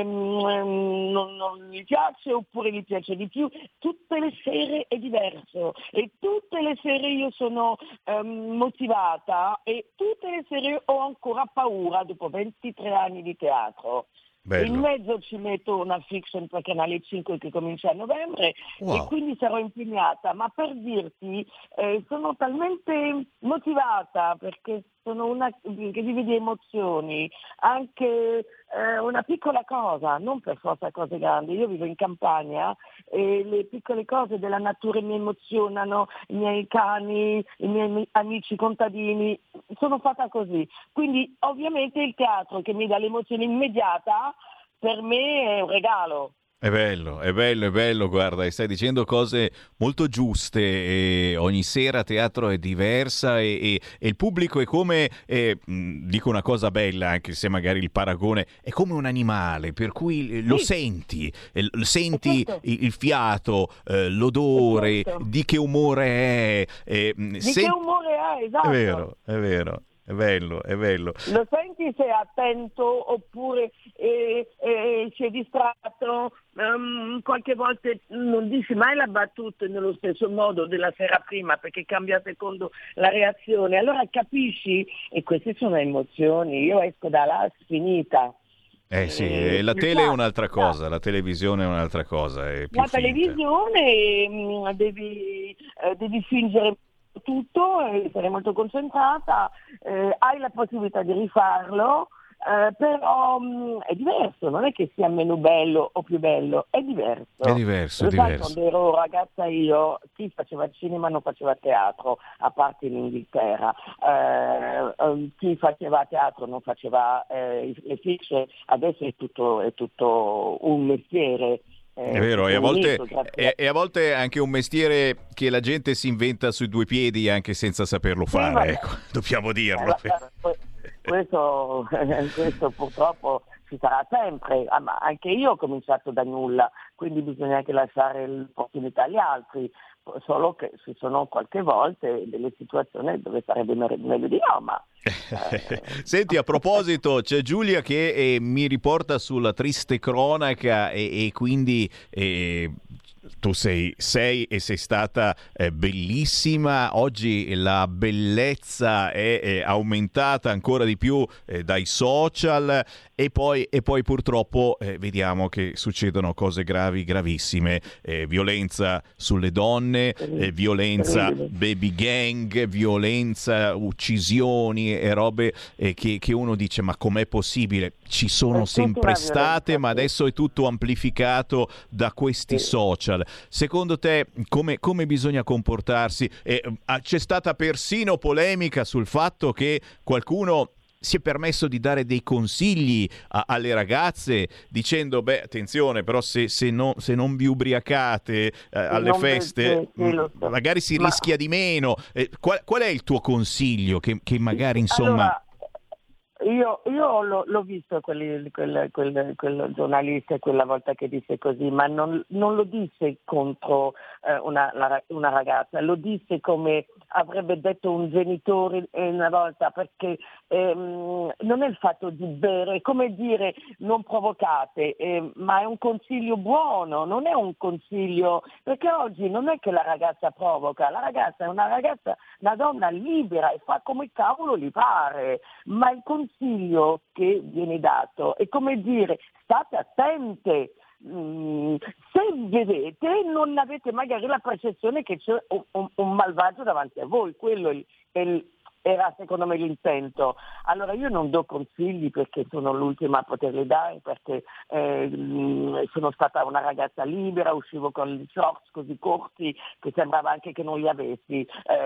ehm, non, non gli piace oppure gli piace di più. Tutte le sere è diverso e tutte le sere io sono ehm, motivata e tutte le sere ho ancora paura dopo ventitré anni di teatro. Bello. In mezzo ci metto una fiction per Canale cinque che comincia a novembre Wow. e quindi sarò impegnata, ma per dirti eh, sono talmente motivata perché sono una che divide emozioni, anche eh, una piccola cosa, non per forza cose grandi. Io vivo in campagna e le piccole cose della natura mi emozionano, i miei cani, i miei amici contadini, sono fatta così. Quindi ovviamente il teatro che mi dà l'emozione immediata per me è un regalo. È bello, è bello, è bello, guarda, e stai dicendo cose molto giuste, e ogni sera a teatro è diversa e, e- e il pubblico è come, eh, mh, dico una cosa bella, anche se magari il paragone, è come un animale, per cui eh, lo Sì. senti, eh, lo senti Certo. il, il fiato, eh, l'odore, Certo. di che umore è. eh, mh, Di sen- che umore hai, esatto. È vero, è vero, è bello, è bello. Lo senti se è attento oppure eh, eh, si è distratto, ehm, qualche volta non dici mai la battuta nello stesso modo della sera prima perché cambia secondo la reazione, allora capisci e queste sono emozioni, io esco da là sfinita. Eh sì, Eh, e la mi tele è piace, un'altra mi piace. cosa, la televisione è un'altra cosa, è più La finta. televisione mh, devi, eh, devi fingere tutto, e essere molto concentrata, eh, hai la possibilità di rifarlo, eh, però mh, è diverso, non è che sia meno bello o più bello, è diverso. È diverso, è Lo sai, diverso. quando ero ragazza io, chi faceva cinema non faceva teatro, a parte in Inghilterra, eh, eh, chi faceva teatro non faceva eh, le fiction, adesso è tutto, è tutto un mestiere. È vero, e a, volte, e, e a volte è anche un mestiere che la gente si inventa sui due piedi anche senza saperlo Sì, fare, vabbè. ecco, dobbiamo dirlo. Questo, questo purtroppo ci sarà sempre, ah, ma anche io ho cominciato da nulla, quindi bisogna anche lasciare l'opportunità agli altri, solo che ci sono qualche volte delle situazioni dove sarebbe me- meglio di no, ma Senti, a proposito, c'è Giulia che eh, mi riporta sulla triste cronaca e, e quindi eh, tu sei, sei e sei stata eh, bellissima. Oggi la bellezza è, è aumentata ancora di più eh, dai social e poi, e poi purtroppo eh, vediamo che succedono cose gravi, gravissime, eh, violenza sulle donne, eh, violenza baby gang, violenza, uccisioni e robe eh, che, che uno dice ma com'è possibile? Ci sono sempre state, ma adesso è tutto amplificato da questi social. Secondo te come, come bisogna comportarsi? Eh, c'è stata persino polemica sul fatto che qualcuno si è permesso di dare dei consigli a, alle ragazze dicendo beh attenzione però se, se, no, se non vi ubriacate eh, alle non feste sì, sì, lo so. magari si Ma- rischia di meno. Eh, qual, qual è il tuo consiglio che, che magari insomma... Allora, io, io l'ho, l'ho visto quelli- quel, quel- quel giornalista quella volta che disse così, ma non, non lo disse contro eh, una, la- una ragazza, lo disse come avrebbe detto un genitore eh, una volta, perché ehm, non è il fatto di bere, è come dire non provocate, eh, ma è un consiglio buono, non è un consiglio, perché oggi non è che la ragazza provoca, la ragazza è una ragazza, una donna libera e fa come cavolo gli pare, ma il consiglio che viene dato è come dire state attente. Mm, se vedete non avete magari la percezione che c'è un, un- un malvagio davanti a voi, quello è il, è il- era secondo me l'intento. Allora io non do consigli perché sono l'ultima a poterli dare, perché eh, sono stata una ragazza libera, uscivo con gli shorts così corti che sembrava anche che non li avessi,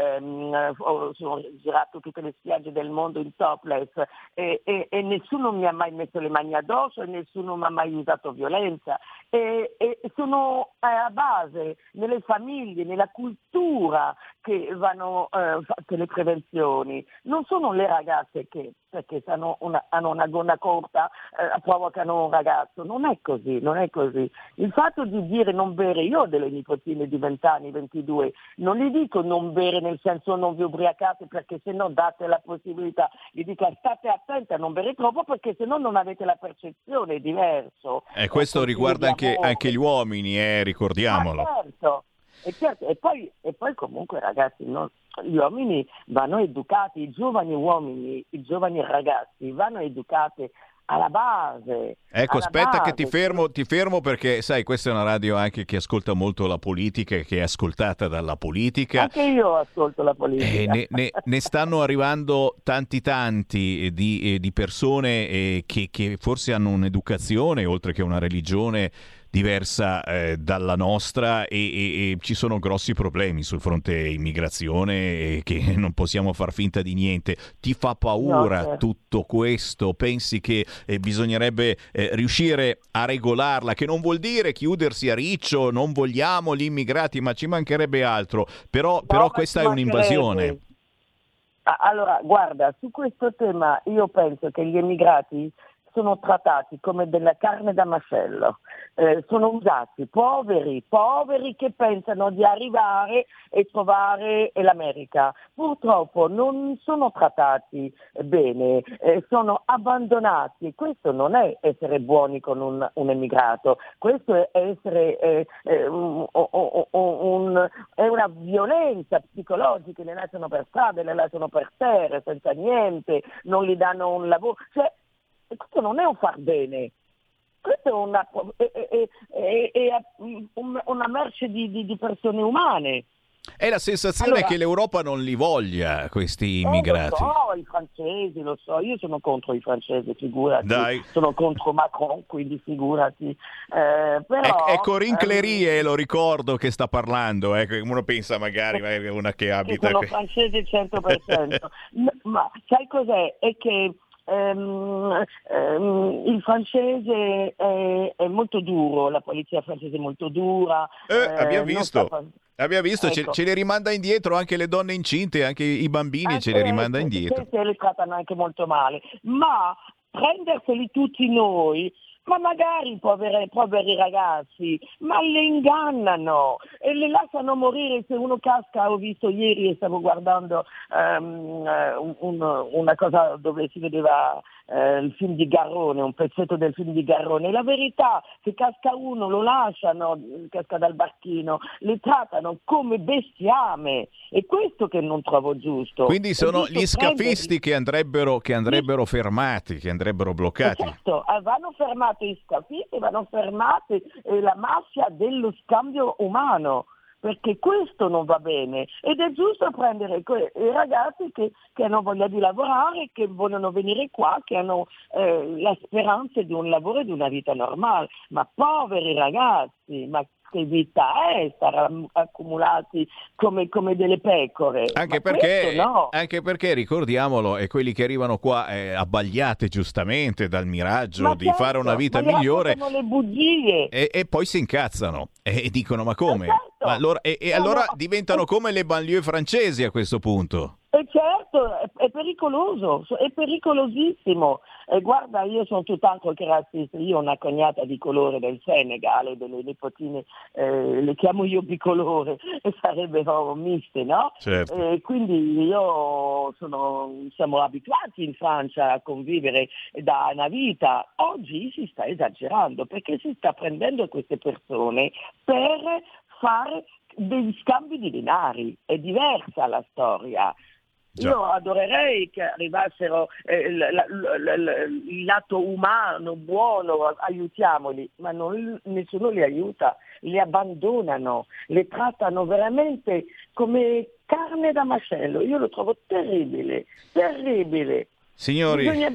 eh, sono girato tutte le spiagge del mondo in topless e, e, e nessuno mi ha mai messo le mani addosso e nessuno mi ha mai usato violenza e, e sono a base nelle famiglie, nella cultura che vanno eh, fatte le prevenzioni. Non sono le ragazze che perché hanno una, hanno una gonna corta eh, provocano un ragazzo, non è così, non è così. Il fatto di dire non bere, io ho delle nipotine di venti anni, ventidue, non gli dico non bere nel senso non vi ubriacate perché se no date la possibilità, gli dico state attenti a non bere troppo perché se no non avete la percezione, è diverso. E eh, questo riguarda anche, anche gli uomini, eh, ricordiamolo. Ah, certo. E, certo, e, poi, e poi comunque ragazzi, no, gli uomini vanno educati, i giovani uomini, i giovani ragazzi vanno educati alla base. Ecco, alla aspetta base. che ti fermo, ti fermo perché sai, questa è una radio anche che ascolta molto la politica e che è ascoltata dalla politica. Anche io ascolto la politica. E ne, ne, ne stanno arrivando tanti tanti di, di persone eh, che, che forse hanno un'educazione oltre che una religione diversa eh, dalla nostra e, e, e ci sono grossi problemi sul fronte immigrazione e che non possiamo far finta di niente. Ti fa paura No, certo. tutto questo? Pensi che eh, bisognerebbe eh, riuscire a regolarla, che non vuol dire chiudersi a riccio, non vogliamo gli immigrati, ma ci mancherebbe altro, però, No, però ma questa ci è un'invasione. mancherebbe. Ah, Allora, guarda, su questo tema io penso che gli immigrati sono trattati come della carne da macello, eh, sono usati poveri, poveri che pensano di arrivare e trovare l'America. Purtroppo non sono trattati bene, eh, sono abbandonati. Questo non è essere buoni con un, un emigrato, questo è essere eh, eh, un, un, un, è una violenza psicologica, le lasciano per strada, le lasciano per terra senza niente, non gli danno un lavoro. Cioè, questo non è un far bene, questo è una, è, è, è, è una merce di, di, di persone umane. È la sensazione Allora, che l'Europa non li voglia, questi immigrati. Eh, lo so, i francesi, lo so, io sono contro i francesi, figurati. Dai. Sono contro Macron, quindi figurati. Eh, però, È, è Corinne ehm, Clery, lo ricordo, che sta parlando. Eh. Uno pensa magari, magari una che che abita sono qui. francesi cento per cento. No, ma sai cos'è? È che ehm, ehm, il francese è, è molto duro, la polizia francese è molto dura. Eh, eh, abbiamo non visto. sta- Abbiamo visto, ce, Ecco. ce le rimanda indietro anche le donne incinte, anche i bambini ce le Anche rimanda se- indietro. se li trattano anche molto male, ma prenderseli tutti noi, ma magari i poveri, poveri ragazzi, ma le ingannano e le lasciano morire se uno casca. Ho visto ieri e stavo guardando ehm, eh, un- un- una cosa dove si vedeva eh, il film di Garrone, un pezzetto del film di Garrone. La verità, se casca uno lo lasciano, casca dal barchino, li trattano come bestiame, è questo che non trovo giusto. Quindi È sono giusto gli scafisti prenderli. che andrebbero, che andrebbero fermati, che andrebbero bloccati. Certo, eh, vanno fermati gli scafisti, vanno fermati eh, la mafia dello scambio umano, perché questo non va bene ed è giusto prendere que- i ragazzi che, che hanno voglia di lavorare, che vogliono venire qua, che hanno eh, la speranza di un lavoro e di una vita normale, ma poveri ragazzi, ma che vita è stare am- accumulati come, come delle pecore? Anche Ma perché, questo no. anche perché, ricordiamolo, è quelli che arrivano qua eh, abbagliate giustamente dal miraggio Ma di certo, fare una vita ma gli migliore raccontano le bugie. e, e poi si incazzano e dicono ma come? Certo. Ma allora, e e No, allora no. diventano come le banlieue francesi a questo punto. E certo, è, è pericoloso, è pericolosissimo. E guarda, io sono tutt'altro che razzista, io ho una cognata di colore del Senegal, delle nipotine, eh, le chiamo io bicolore, e sarebbero miste, no? Certo. E quindi io sono, siamo abituati in Francia a convivere da una vita. Oggi si sta esagerando perché si sta prendendo queste persone per fare degli scambi di denari, è diversa la storia. Già. Io adorerei che arrivassero eh, l- l- l- l- il lato umano, buono, aiutiamoli, ma non, nessuno li aiuta, li abbandonano, li trattano veramente come carne da macello. Io lo trovo terribile, terribile. Signori... Bisogna,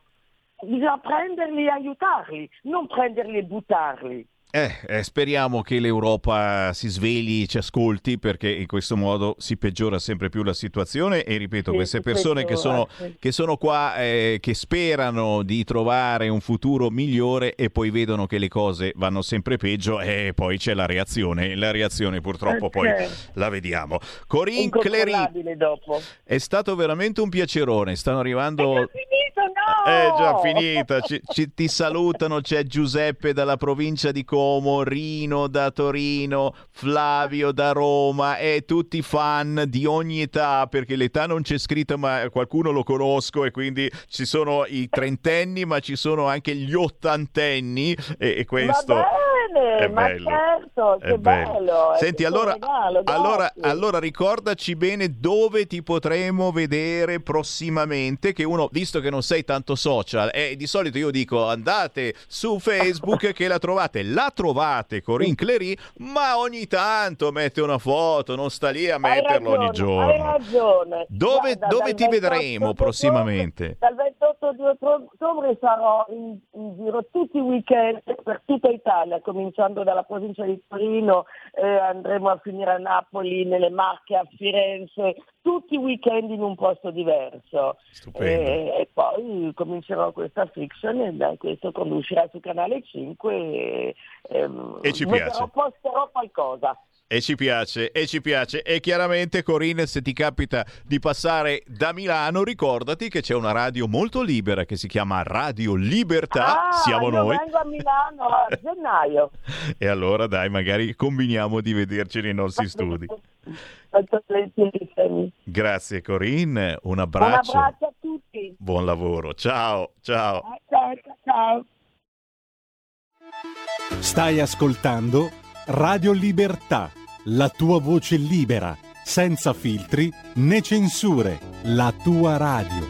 bisogna prenderli e aiutarli, non prenderli e buttarli. Eh, eh, speriamo che l'Europa si svegli, ci ascolti, perché in questo modo si peggiora sempre più la situazione e ripeto, Sì, queste si persone che sono, peggiora, sì. che sono qua, eh, che sperano di trovare un futuro migliore e poi vedono che le cose vanno sempre peggio e poi c'è la reazione, la reazione purtroppo Eh, poi certo. la vediamo. Corinne Clery, Incontrollabile dopo. è stato veramente un piacerone, stanno arrivando... È finito, no! È già finita, ci, ci- ti salutano, c'è Giuseppe dalla provincia di Como, Rino da Torino, Flavio da Roma e tutti fan di ogni età, perché l'età non c'è scritta ma qualcuno lo conosco e quindi ci sono i trentenni ma ci sono anche gli ottantenni e, e questo... Va bene, è ma bello, certo, è che bello. bello. è Senti, tutto allora, un regalo, allora, grazie. allora ricordaci bene dove ti potremo vedere prossimamente, che uno, visto che non sei tanto social, e di solito io dico andate su Facebook che la trovate, la trovate Corinne Clery, ma ogni tanto mette una foto, non sta lì a Hai metterlo ogni ragione, giorno. Hai ragione. Dove, Guarda, dove dal ti ventotto vedremo di prossimamente? Dal ventotto di ottobre sarò in, in giro tutti i weekend per tutta Italia, cominciando dalla provincia di Torino, eh, andremo a finire a Napoli, nelle Marche, a Firenze, tutti i weekend in un posto diverso. Stupendo. E, e poi comincerò questa fiction e da questo uscirà su Canale cinque e, ehm, E ci vedrò, piace. posterò qualcosa. E ci piace, e ci piace. E chiaramente, Corinne, se ti capita di passare da Milano, ricordati che c'è una radio molto libera che si chiama Radio Libertà. Ah, Siamo io noi. vengo a Milano a gennaio. E allora dai, magari combiniamo di vederci nei nostri studi. Grazie Corinne, un Un abbraccio. abbraccio a tutti. Buon lavoro. Ciao, ciao. Ciao, ciao. Stai ascoltando Radio Libertà, la tua voce libera, senza filtri né censure, la tua radio.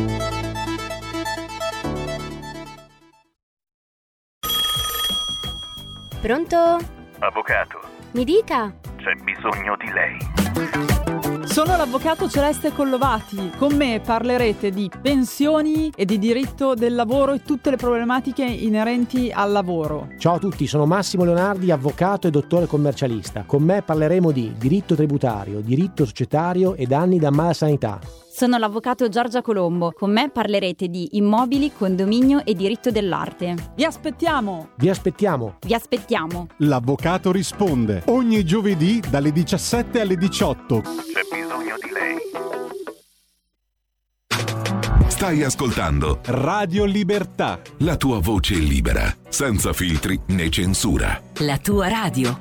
Pronto? Avvocato, Mi dica. c'è bisogno di lei. Sono l'avvocato Celeste Collovati. Con me parlerete di pensioni e di diritto del lavoro e tutte le problematiche inerenti al lavoro. Ciao a tutti, sono Massimo Leonardi, avvocato e dottore commercialista. Con me parleremo di diritto tributario, diritto societario e danni da malasanità. Sono l'avvocato Giorgia Colombo. Con me parlerete di immobili, condominio e diritto dell'arte. Vi aspettiamo! Vi aspettiamo! Vi aspettiamo! L'avvocato risponde ogni giovedì dalle diciassette alle diciotto. C'è bisogno di lei. Stai ascoltando Radio Libertà, la tua voce libera, senza filtri né censura. La tua radio.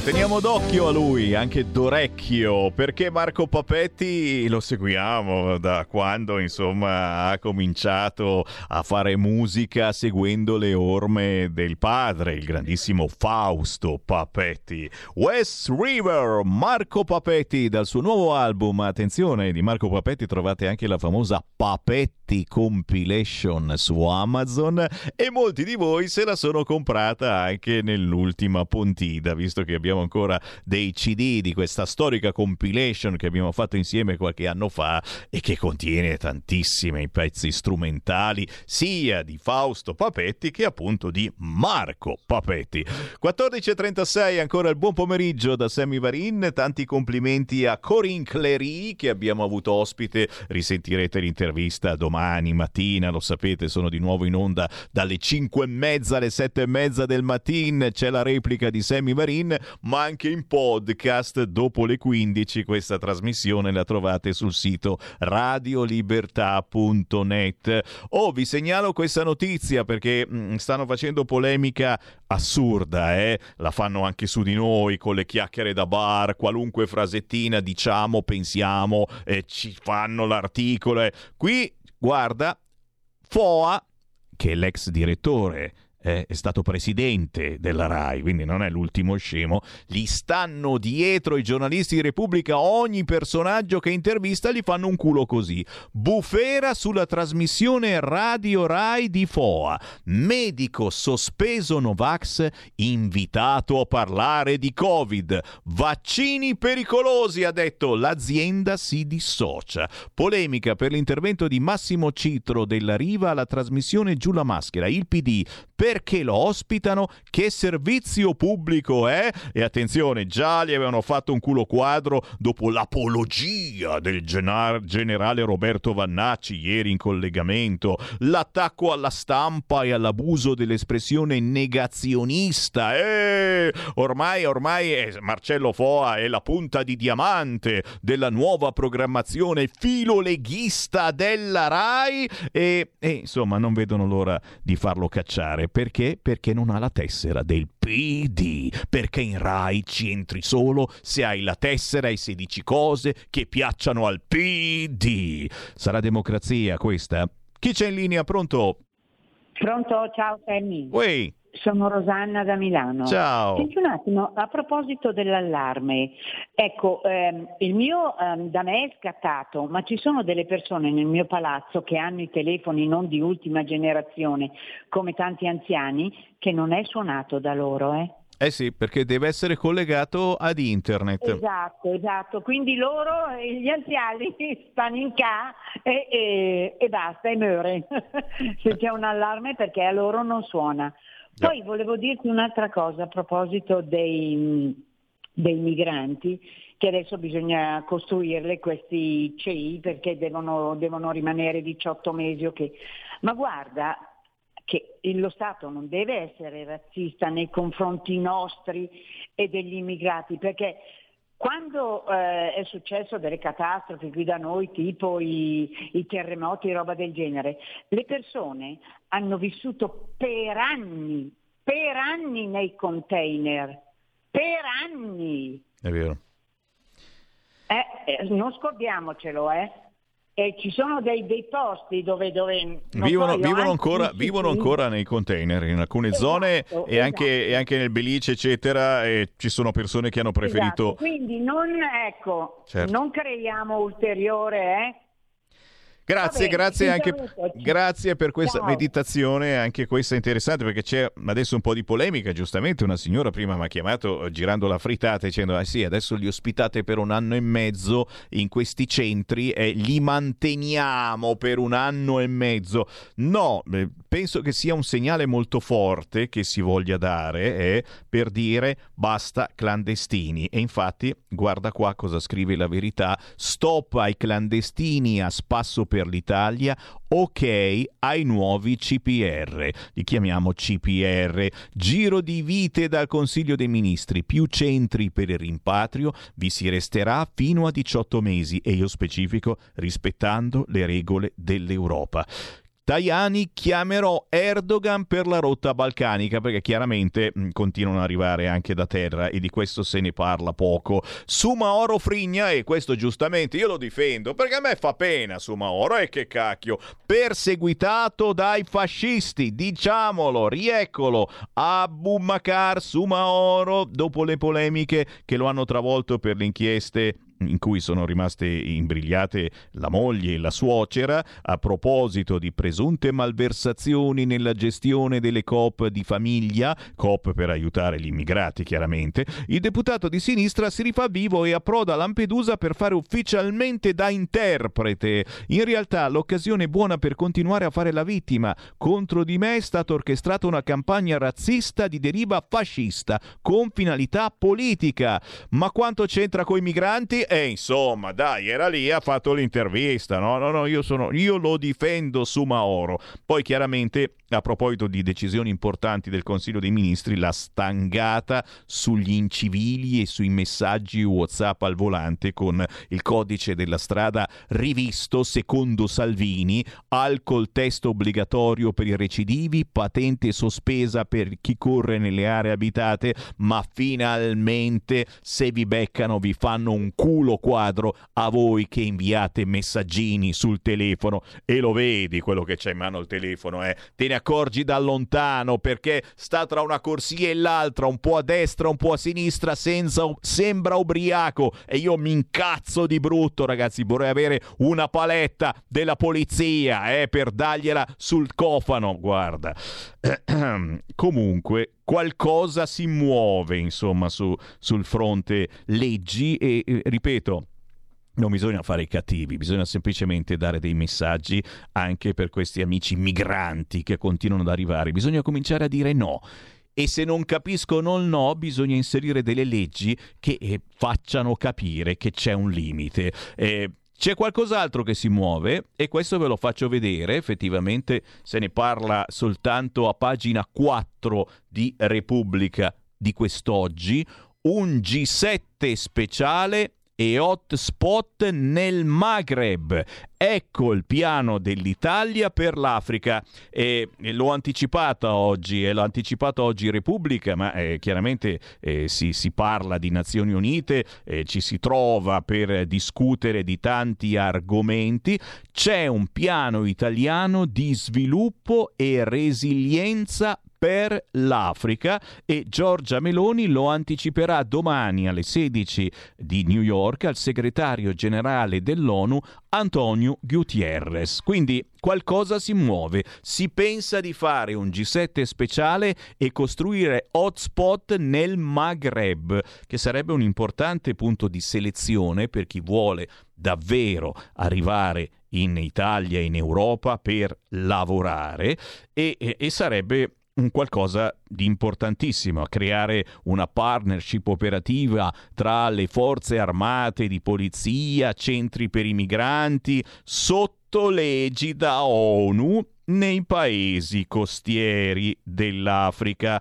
Teniamo d'occhio a lui, anche d'orecchio, perché Marco Papetti lo seguiamo da quando, insomma, ha cominciato a fare musica seguendo le orme del padre, il grandissimo Fausto Papetti. West River, Marco Papetti, dal suo nuovo album. Attenzione, di Marco Papetti trovate anche la famosa Papetti Compilation su Amazon e molti di voi se la sono comprata anche nell'ultima Pontida, visto che abbiamo ancora dei C D di questa storica compilation che abbiamo fatto insieme qualche anno fa e che contiene tantissimi pezzi strumentali sia di Fausto Papetti che appunto di Marco Papetti. quattordici e trentasei, ancora il buon pomeriggio da Sammy Varin, tanti complimenti a Corinne Clery che abbiamo avuto ospite, risentirete l'intervista domani mattina, lo sapete, sono di nuovo in onda dalle cinque e mezza alle sette e mezza del mattino, c'è la replica di Sammy Varin, ma anche in podcast dopo le quindici. Questa trasmissione la trovate sul sito radiolibertà punto net. Oh, vi segnalo questa notizia perché mh, stanno facendo polemica assurda, eh? La fanno anche su di noi con le chiacchiere da bar, qualunque frasettina diciamo, pensiamo, eh, ci fanno l'articolo. Eh. Qui, guarda, Foa, che è l'ex direttore, è stato presidente della Rai, quindi non è l'ultimo scemo, gli stanno dietro i giornalisti di Repubblica, ogni personaggio che intervista gli fanno un culo così. Bufera sulla trasmissione Radio Rai di Foa, medico sospeso Novax invitato a parlare di Covid, vaccini pericolosi, ha detto, l'azienda si dissocia. Polemica per l'intervento di Massimo Citro della Riva alla trasmissione Giù la maschera, il P D, perché lo ospitano? Che servizio pubblico è? E attenzione, già gli avevano fatto un culo quadro dopo l'apologia del genar- generale Roberto Vannacci ieri in collegamento, l'attacco alla stampa e all'abuso dell'espressione negazionista. Eh, ormai, ormai è Marcello Foa è la punta di diamante della nuova programmazione filoleghista della Rai e, e insomma non vedono l'ora di farlo cacciare. Perché? Perché non ha la tessera del P D, perché in Rai ci entri solo se hai la tessera e sedici cose che piacciono al P D. Sarà democrazia questa? Chi c'è in linea? Pronto? Pronto, ciao Sammy. Uè. Sono Rosanna da Milano. Ciao. Senti un attimo, a proposito dell'allarme, ecco, ehm, il mio ehm, da me è scattato, ma ci sono delle persone nel mio palazzo che hanno i telefoni non di ultima generazione, come tanti anziani, che non è suonato da loro, eh? Eh sì, perché deve essere collegato ad internet. Esatto, esatto. Quindi loro, gli anziani, stanno in ca e, e, e basta, e muore. Se c'è un allarme perché a loro non suona. Poi volevo dirti un'altra cosa a proposito dei, dei migranti, che adesso bisogna costruirle questi C E I perché devono, devono rimanere diciotto mesi. Okay. Ma guarda che lo Stato non deve essere razzista nei confronti nostri e degli immigrati, perché quando eh, è successo delle catastrofi qui da noi, tipo i, i terremoti e roba del genere, le persone hanno vissuto per anni, per anni nei container, per anni. È vero. Eh, eh, non scordiamocelo, eh. E ci sono dei, dei posti dove, dove vivono, so, vivono, ancora, vivono ancora nei container in alcune esatto, zone esatto. E, anche, e anche nel Belice eccetera, e ci sono persone che hanno preferito esatto. Quindi non, ecco, certo. non creiamo ulteriore eh Grazie, bene, grazie anche grazie per questa Ciao. meditazione, anche questa interessante, perché c'è adesso un po' di polemica, giustamente una signora prima mi ha chiamato girando la frittata dicendo eh sì, adesso li ospitate per un anno e mezzo in questi centri e li manteniamo per un anno e mezzo. No, penso che sia un segnale molto forte che si voglia dare eh, per dire basta clandestini, e infatti guarda qua cosa scrive La Verità: stop ai clandestini a spasso per l'Italia, ok ai nuovi C P R, li chiamiamo C P R, giro di vite dal Consiglio dei Ministri, più centri per il rimpatrio, vi si resterà fino a diciotto mesi e io specifico rispettando le regole dell'Europa. Tajani, chiamerò Erdogan per la rotta balcanica, perché chiaramente mh, continuano ad arrivare anche da terra e di questo se ne parla poco. Soumahoro frigna, e questo giustamente io lo difendo perché a me fa pena Soumahoro, e che cacchio, perseguitato dai fascisti, diciamolo, rieccolo, Abu Bakr Soumahoro, dopo le polemiche che lo hanno travolto per le inchieste in cui sono rimaste imbrigliate la moglie e la suocera a proposito di presunte malversazioni nella gestione delle coop di famiglia, coop per aiutare gli immigrati chiaramente. Il deputato di sinistra si rifà vivo e approda a Lampedusa per fare ufficialmente da interprete. In realtà l'occasione buona per continuare a fare la vittima. Contro di me è stata orchestrata una campagna razzista di deriva fascista con finalità politica. Ma quanto c'entra coi migranti? E eh, insomma, dai, era lì, ha fatto l'intervista, no? No, no, io sono, io lo difendo Soumahoro. Poi chiaramente, a proposito di decisioni importanti del Consiglio dei Ministri, la stangata sugli incivili e sui messaggi WhatsApp al volante con il codice della strada rivisto secondo Salvini, alcol test obbligatorio per i recidivi, patente sospesa per chi corre nelle aree abitate, ma finalmente se vi beccano vi fanno un culo quadro a voi che inviate messaggini sul telefono, e lo vedi quello che c'è in mano il telefono, eh? Te ne accorgi da lontano perché sta tra una corsia e l'altra, un po' a destra, un po' a sinistra, senza, sembra ubriaco, e io mi incazzo di brutto, ragazzi. Vorrei avere una paletta della polizia eh, per dargliela sul cofano, guarda. Comunque qualcosa si muove insomma su, sul fronte leggi e, e ripeto, non bisogna fare i cattivi, bisogna semplicemente dare dei messaggi anche per questi amici migranti che continuano ad arrivare. Bisogna cominciare a dire no. E se non capiscono il no, bisogna inserire delle leggi che eh, facciano capire che c'è un limite. Eh, C'è qualcos'altro che si muove e questo ve lo faccio vedere, effettivamente se ne parla soltanto a pagina quattro di Repubblica di quest'oggi, un G sette speciale e hotspot nel Maghreb. Ecco il piano dell'Italia per l'Africa. E l'ho anticipata oggi, e l'ho anticipato oggi Repubblica, ma eh, chiaramente eh, si, si parla di Nazioni Unite, eh, ci si trova per discutere di tanti argomenti. C'è un piano italiano di sviluppo e resilienza per l'Africa e Giorgia Meloni lo anticiperà domani alle sedici di New York al segretario generale dell'ONU Antonio Guterres. Quindi qualcosa si muove, si pensa di fare un G sette speciale e costruire hotspot nel Maghreb, che sarebbe un importante punto di selezione per chi vuole davvero arrivare in Italia e in Europa per lavorare e, e, e sarebbe un qualcosa di importantissimo, a creare una partnership operativa tra le forze armate, di polizia, centri per i migranti, sotto l'egida ONU nei paesi costieri dell'Africa.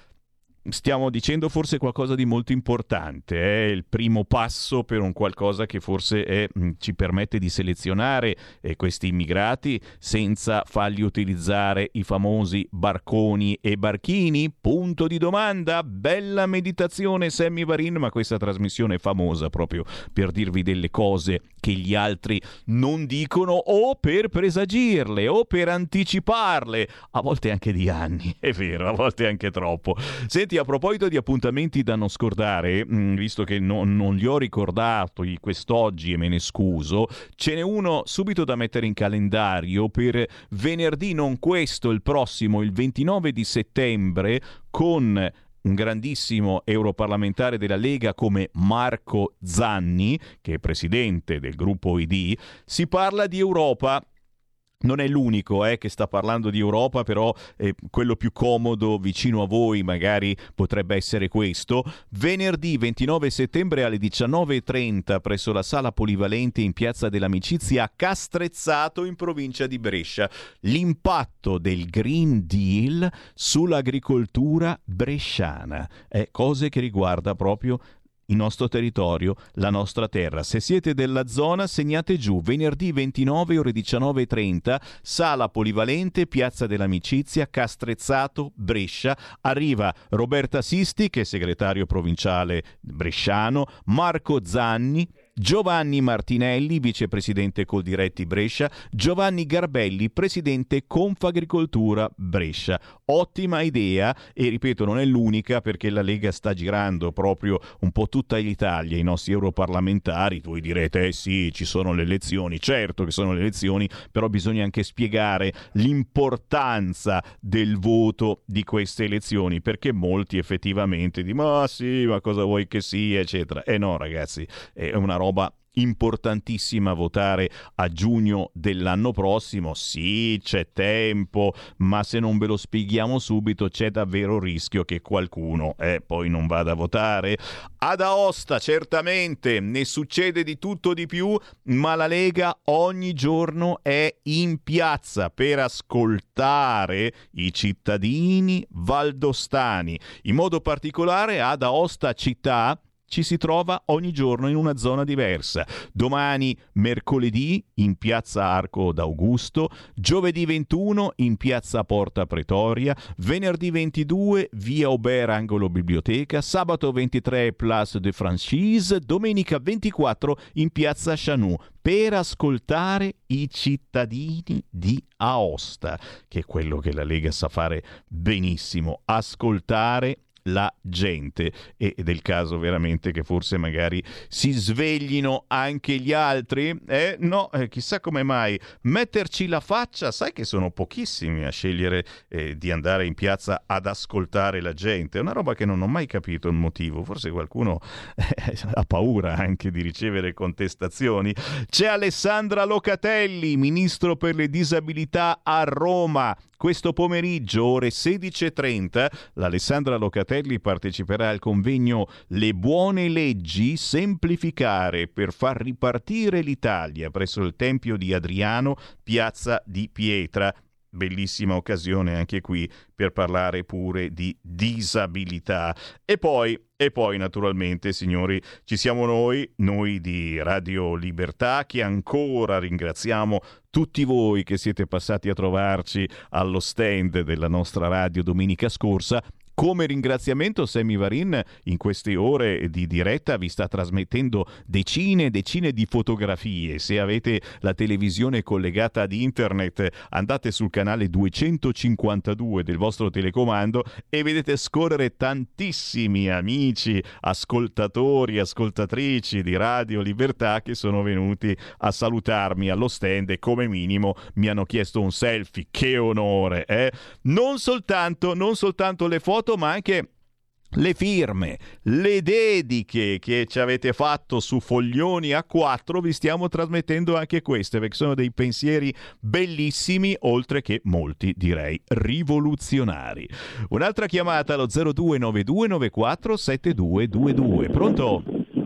Stiamo dicendo forse qualcosa di molto importante, è il primo passo per un qualcosa che forse è, ci permette di selezionare eh, questi immigrati senza fargli utilizzare i famosi barconi e barchini? Punto di domanda. Bella meditazione Sammy Varin, ma questa trasmissione è famosa proprio per dirvi delle cose che gli altri non dicono, o per presagirle o per anticiparle, a volte anche di anni, è vero, a volte anche troppo. Senti, a proposito di appuntamenti da non scordare, mh, visto che no, non li ho ricordati quest'oggi e me ne scuso, ce n'è uno subito da mettere in calendario per venerdì, non questo, il prossimo, il ventinove di settembre, con un grandissimo europarlamentare della Lega come Marco Zanni, che è presidente del gruppo I D. Si parla di Europa. Non è l'unico eh, che sta parlando di Europa, però eh, quello più comodo vicino a voi magari potrebbe essere questo. Venerdì ventinove settembre alle diciannove e trenta presso la Sala Polivalente in Piazza dell'Amicizia a Castrezzato in provincia di Brescia. L'impatto del Green Deal sull'agricoltura bresciana. Eh, cose che riguarda proprio il nostro territorio, la nostra terra. Se siete della zona, segnate giù, venerdì ventinove ore diciannove e trenta, sala polivalente, Piazza dell'Amicizia, Castrezzato, Brescia. Arriva Roberta Sisti, che è segretario provinciale bresciano, Marco Zanni, Giovanni Martinelli, vicepresidente Coldiretti Brescia, Giovanni Garbelli, presidente Confagricoltura Brescia. Ottima idea, e ripeto, non è l'unica, perché la Lega sta girando proprio un po' tutta l'Italia, i nostri europarlamentari. Voi direte, eh sì, ci sono le elezioni, certo che sono le elezioni, però bisogna anche spiegare l'importanza del voto di queste elezioni, perché molti effettivamente dicono, ma sì, ma cosa vuoi che sia, eccetera. E no, ragazzi, è una roba importantissima votare a giugno dell'anno prossimo. Sì, c'è tempo, ma se non ve lo spieghiamo subito c'è davvero il rischio che qualcuno eh, poi non vada a votare. Ad Aosta certamente ne succede di tutto di più, ma la Lega ogni giorno è in piazza per ascoltare i cittadini valdostani. In modo particolare ad Aosta città ci si trova ogni giorno in una zona diversa. Domani, mercoledì, in piazza Arco d'Augusto, giovedì ventuno in piazza Porta Pretoria, venerdì ventidue via Aubert angolo biblioteca, sabato ventitré Place de Franchise, domenica ventiquattro in piazza Chanou, per ascoltare i cittadini di Aosta, che è quello che la Lega sa fare benissimo, ascoltare la gente. Ed è il caso veramente che forse magari si sveglino anche gli altri, eh? No, eh, chissà come mai. Metterci la faccia, sai che sono pochissimi a scegliere eh, di andare in piazza ad ascoltare la gente. È una roba che non ho mai capito il motivo, forse qualcuno eh, ha paura anche di ricevere contestazioni. C'è Alessandra Locatelli, ministro per le disabilità a Roma. Questo pomeriggio, ore sedici e trenta, l'Alessandra Locatelli parteciperà al convegno Le buone leggi, semplificare per far ripartire l'Italia, presso il Tempio di Adriano, Piazza di Pietra. Bellissima occasione anche qui per parlare pure di disabilità. E poi, e poi naturalmente, signori, ci siamo noi, noi di Radio Libertà, che ancora ringraziamo tutti voi che siete passati a trovarci allo stand della nostra radio domenica scorsa. Come ringraziamento, Sammy Varin in queste ore di diretta vi sta trasmettendo decine e decine di fotografie. Se avete la televisione collegata ad internet, andate sul canale duecentocinquantadue del vostro telecomando e vedete scorrere tantissimi amici, ascoltatori, ascoltatrici di Radio Libertà che sono venuti a salutarmi allo stand e come minimo mi hanno chiesto un selfie. Che onore, eh? Non soltanto, non soltanto le foto, ma anche le firme, le dediche che ci avete fatto su foglioni A quattro. Vi stiamo trasmettendo anche queste, perché sono dei pensieri bellissimi, oltre che molti, direi, rivoluzionari. Un'altra chiamata allo zero due nove due nove quattro sette due due due. Pronto?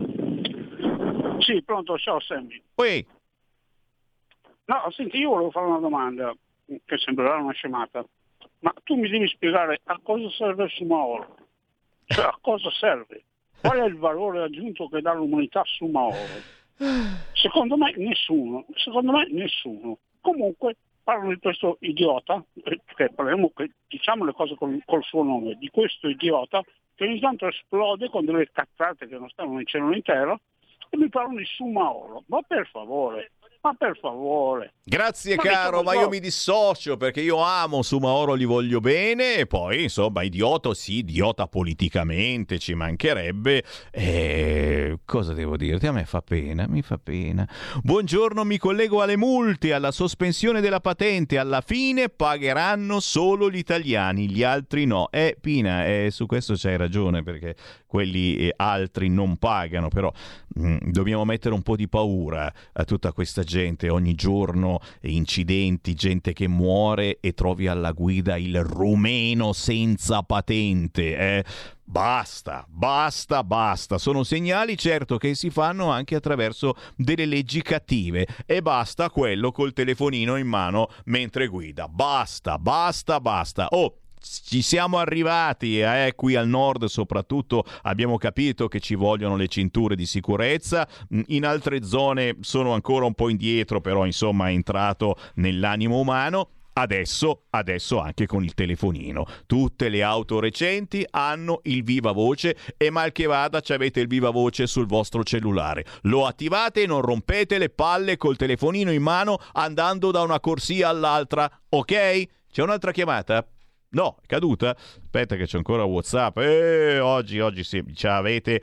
Sì, pronto, ciao Sammy. Poi. No, senti, io volevo fare una domanda, che sembrerà una scemata. Ma tu mi devi spiegare a cosa serve il Sumaoro, cioè a cosa serve, qual è il valore aggiunto che dà l'umanità Sumaoro? Secondo me nessuno, secondo me nessuno. Comunque parlano di questo idiota, che parliamo, che diciamo le cose col, col suo nome, di questo idiota che ogni tanto esplode con delle cazzate che non stanno nel cielo intero e mi parlano di Sumaoro. Ma per favore, ma per favore. Grazie ma caro, ma io mi dissocio perché io amo Sumaoro, li voglio bene, e poi insomma idiota, sì, idiota politicamente, ci mancherebbe. E cosa devo dirti? A me fa pena, mi fa pena. Buongiorno, mi collego alle multe, alla sospensione della patente, alla fine pagheranno solo gli italiani, gli altri no. Eh Pina, eh, su questo c'hai ragione, perché quelli eh, altri non pagano, però mh, dobbiamo mettere un po' di paura a tutta questa gente, ogni giorno incidenti, gente che muore e trovi alla guida il rumeno senza patente, eh? Basta, basta, basta. Sono segnali, certo, che si fanno anche attraverso delle leggi cattive, e basta quello col telefonino in mano mentre guida. Basta, basta, basta. Oh, ci siamo arrivati, eh, qui al nord soprattutto abbiamo capito che ci vogliono le cinture di sicurezza, in altre zone sono ancora un po' indietro, però insomma è entrato nell'animo umano. Adesso, adesso anche con il telefonino. Tutte le auto recenti hanno il viva voce e mal che vada ci avete il viva voce sul vostro cellulare. Lo attivate e non rompete le palle col telefonino in mano andando da una corsia all'altra, ok? C'è un'altra chiamata? No, è caduta? Aspetta che c'è ancora WhatsApp. Eh, oggi, oggi sì, ci avete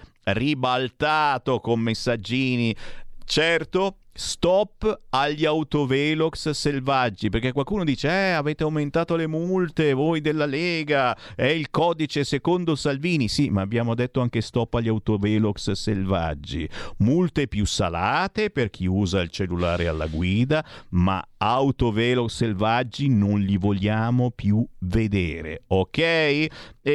ribaltato con messaggini. Certo, stop agli autovelox selvaggi, perché qualcuno dice eh avete aumentato le multe voi della Lega, è il codice secondo Salvini. Sì, ma abbiamo detto anche stop agli autovelox selvaggi, multe più salate per chi usa il cellulare alla guida, ma autovelox selvaggi non li vogliamo più vedere, ok? E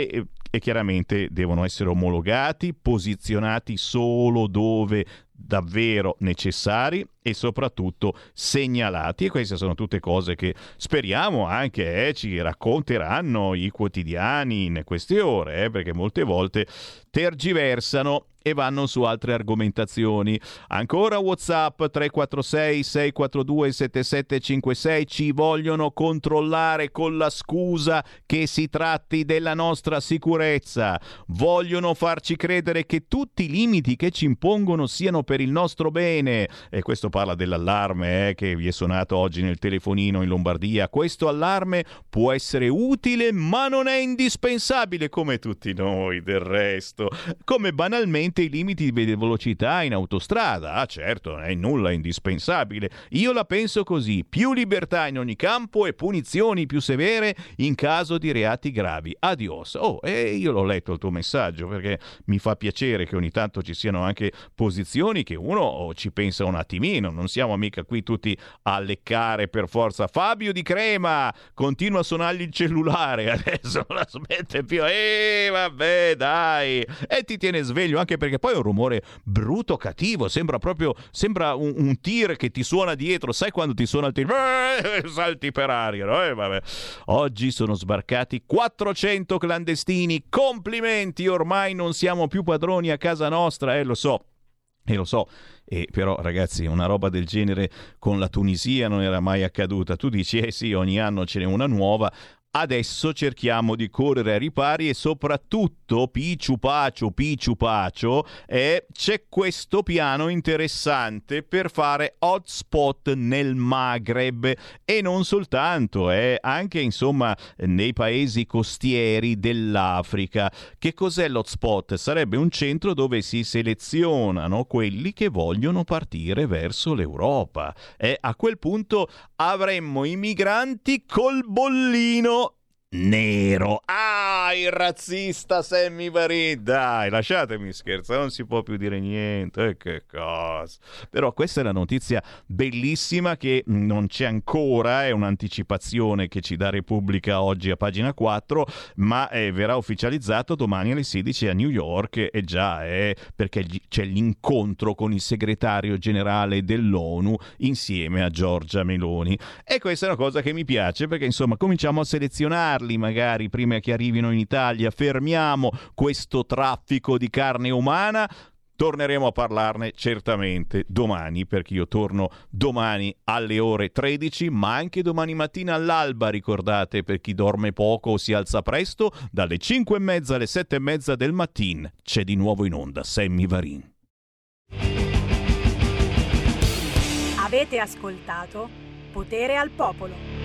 e chiaramente devono essere omologati, posizionati solo dove davvero necessari e soprattutto segnalati, e queste sono tutte cose che speriamo anche eh, ci racconteranno i quotidiani in queste ore, eh, perché molte volte tergiversano e vanno su altre argomentazioni. Ancora WhatsApp tre quattro sei sei quattro due sette sette cinque sei, ci vogliono controllare con la scusa che si tratti della nostra sicurezza, vogliono farci credere che tutti i limiti che ci impongono siano per il nostro bene, e questo parla dell'allarme eh, che vi è suonato oggi nel telefonino in Lombardia. Questo allarme può essere utile ma non è indispensabile, come tutti noi del resto, come banalmente i limiti di velocità in autostrada. Ah certo, non è nulla indispensabile, io la penso così: più libertà in ogni campo e punizioni più severe in caso di reati gravi. Adios. Oh, e io l'ho letto il tuo messaggio, perché mi fa piacere che ogni tanto ci siano anche posizioni che uno ci pensa un attimino, non siamo mica qui tutti a leccare per forza. Fabio di Crema continua a suonargli il cellulare, adesso non la smette più, e eh, vabbè dai, e ti tiene sveglio anche perché poi è un rumore brutto, cattivo, sembra proprio sembra un, un tir che ti suona dietro, sai quando ti suona il tir, eh, salti per aria, no? Eh, vabbè. Oggi sono sbarcati quattrocento clandestini, complimenti, ormai non siamo più padroni a casa nostra, eh lo so. E lo so, e però ragazzi, una roba del genere con la Tunisia non era mai accaduta. Tu dici, eh sì, ogni anno ce n'è una nuova. Adesso cerchiamo di correre ai ripari e soprattutto, picciu pacio, picciu pacio, eh, c'è questo piano interessante per fare hotspot nel Maghreb e non soltanto, eh, anche insomma nei paesi costieri dell'Africa. Che cos'è l'hotspot? Sarebbe un centro dove si selezionano quelli che vogliono partire verso l'Europa. E a quel punto avremmo i migranti col bollino nero. Ah, il razzista Sammy Varin. Dai, lasciatemi scherzare, non si può più dire niente. Eh, che cosa. Però questa è la notizia bellissima che non c'è ancora, è un'anticipazione che ci dà Repubblica oggi a pagina quattro, ma eh, verrà ufficializzato domani alle sedici a New York, e già è eh, perché c'è l'incontro con il segretario generale dell'ONU insieme a Giorgia Meloni. E questa è una cosa che mi piace, perché insomma cominciamo a selezionare magari prima che arrivino in Italia, fermiamo questo traffico di carne umana. Torneremo a parlarne certamente domani, perché io torno domani alle ore tredici, ma anche domani mattina all'alba, ricordate, per chi dorme poco o si alza presto, dalle cinque e mezza alle sette e mezza del mattino c'è di nuovo in onda Sammy Varin. Avete ascoltato Potere al Popolo.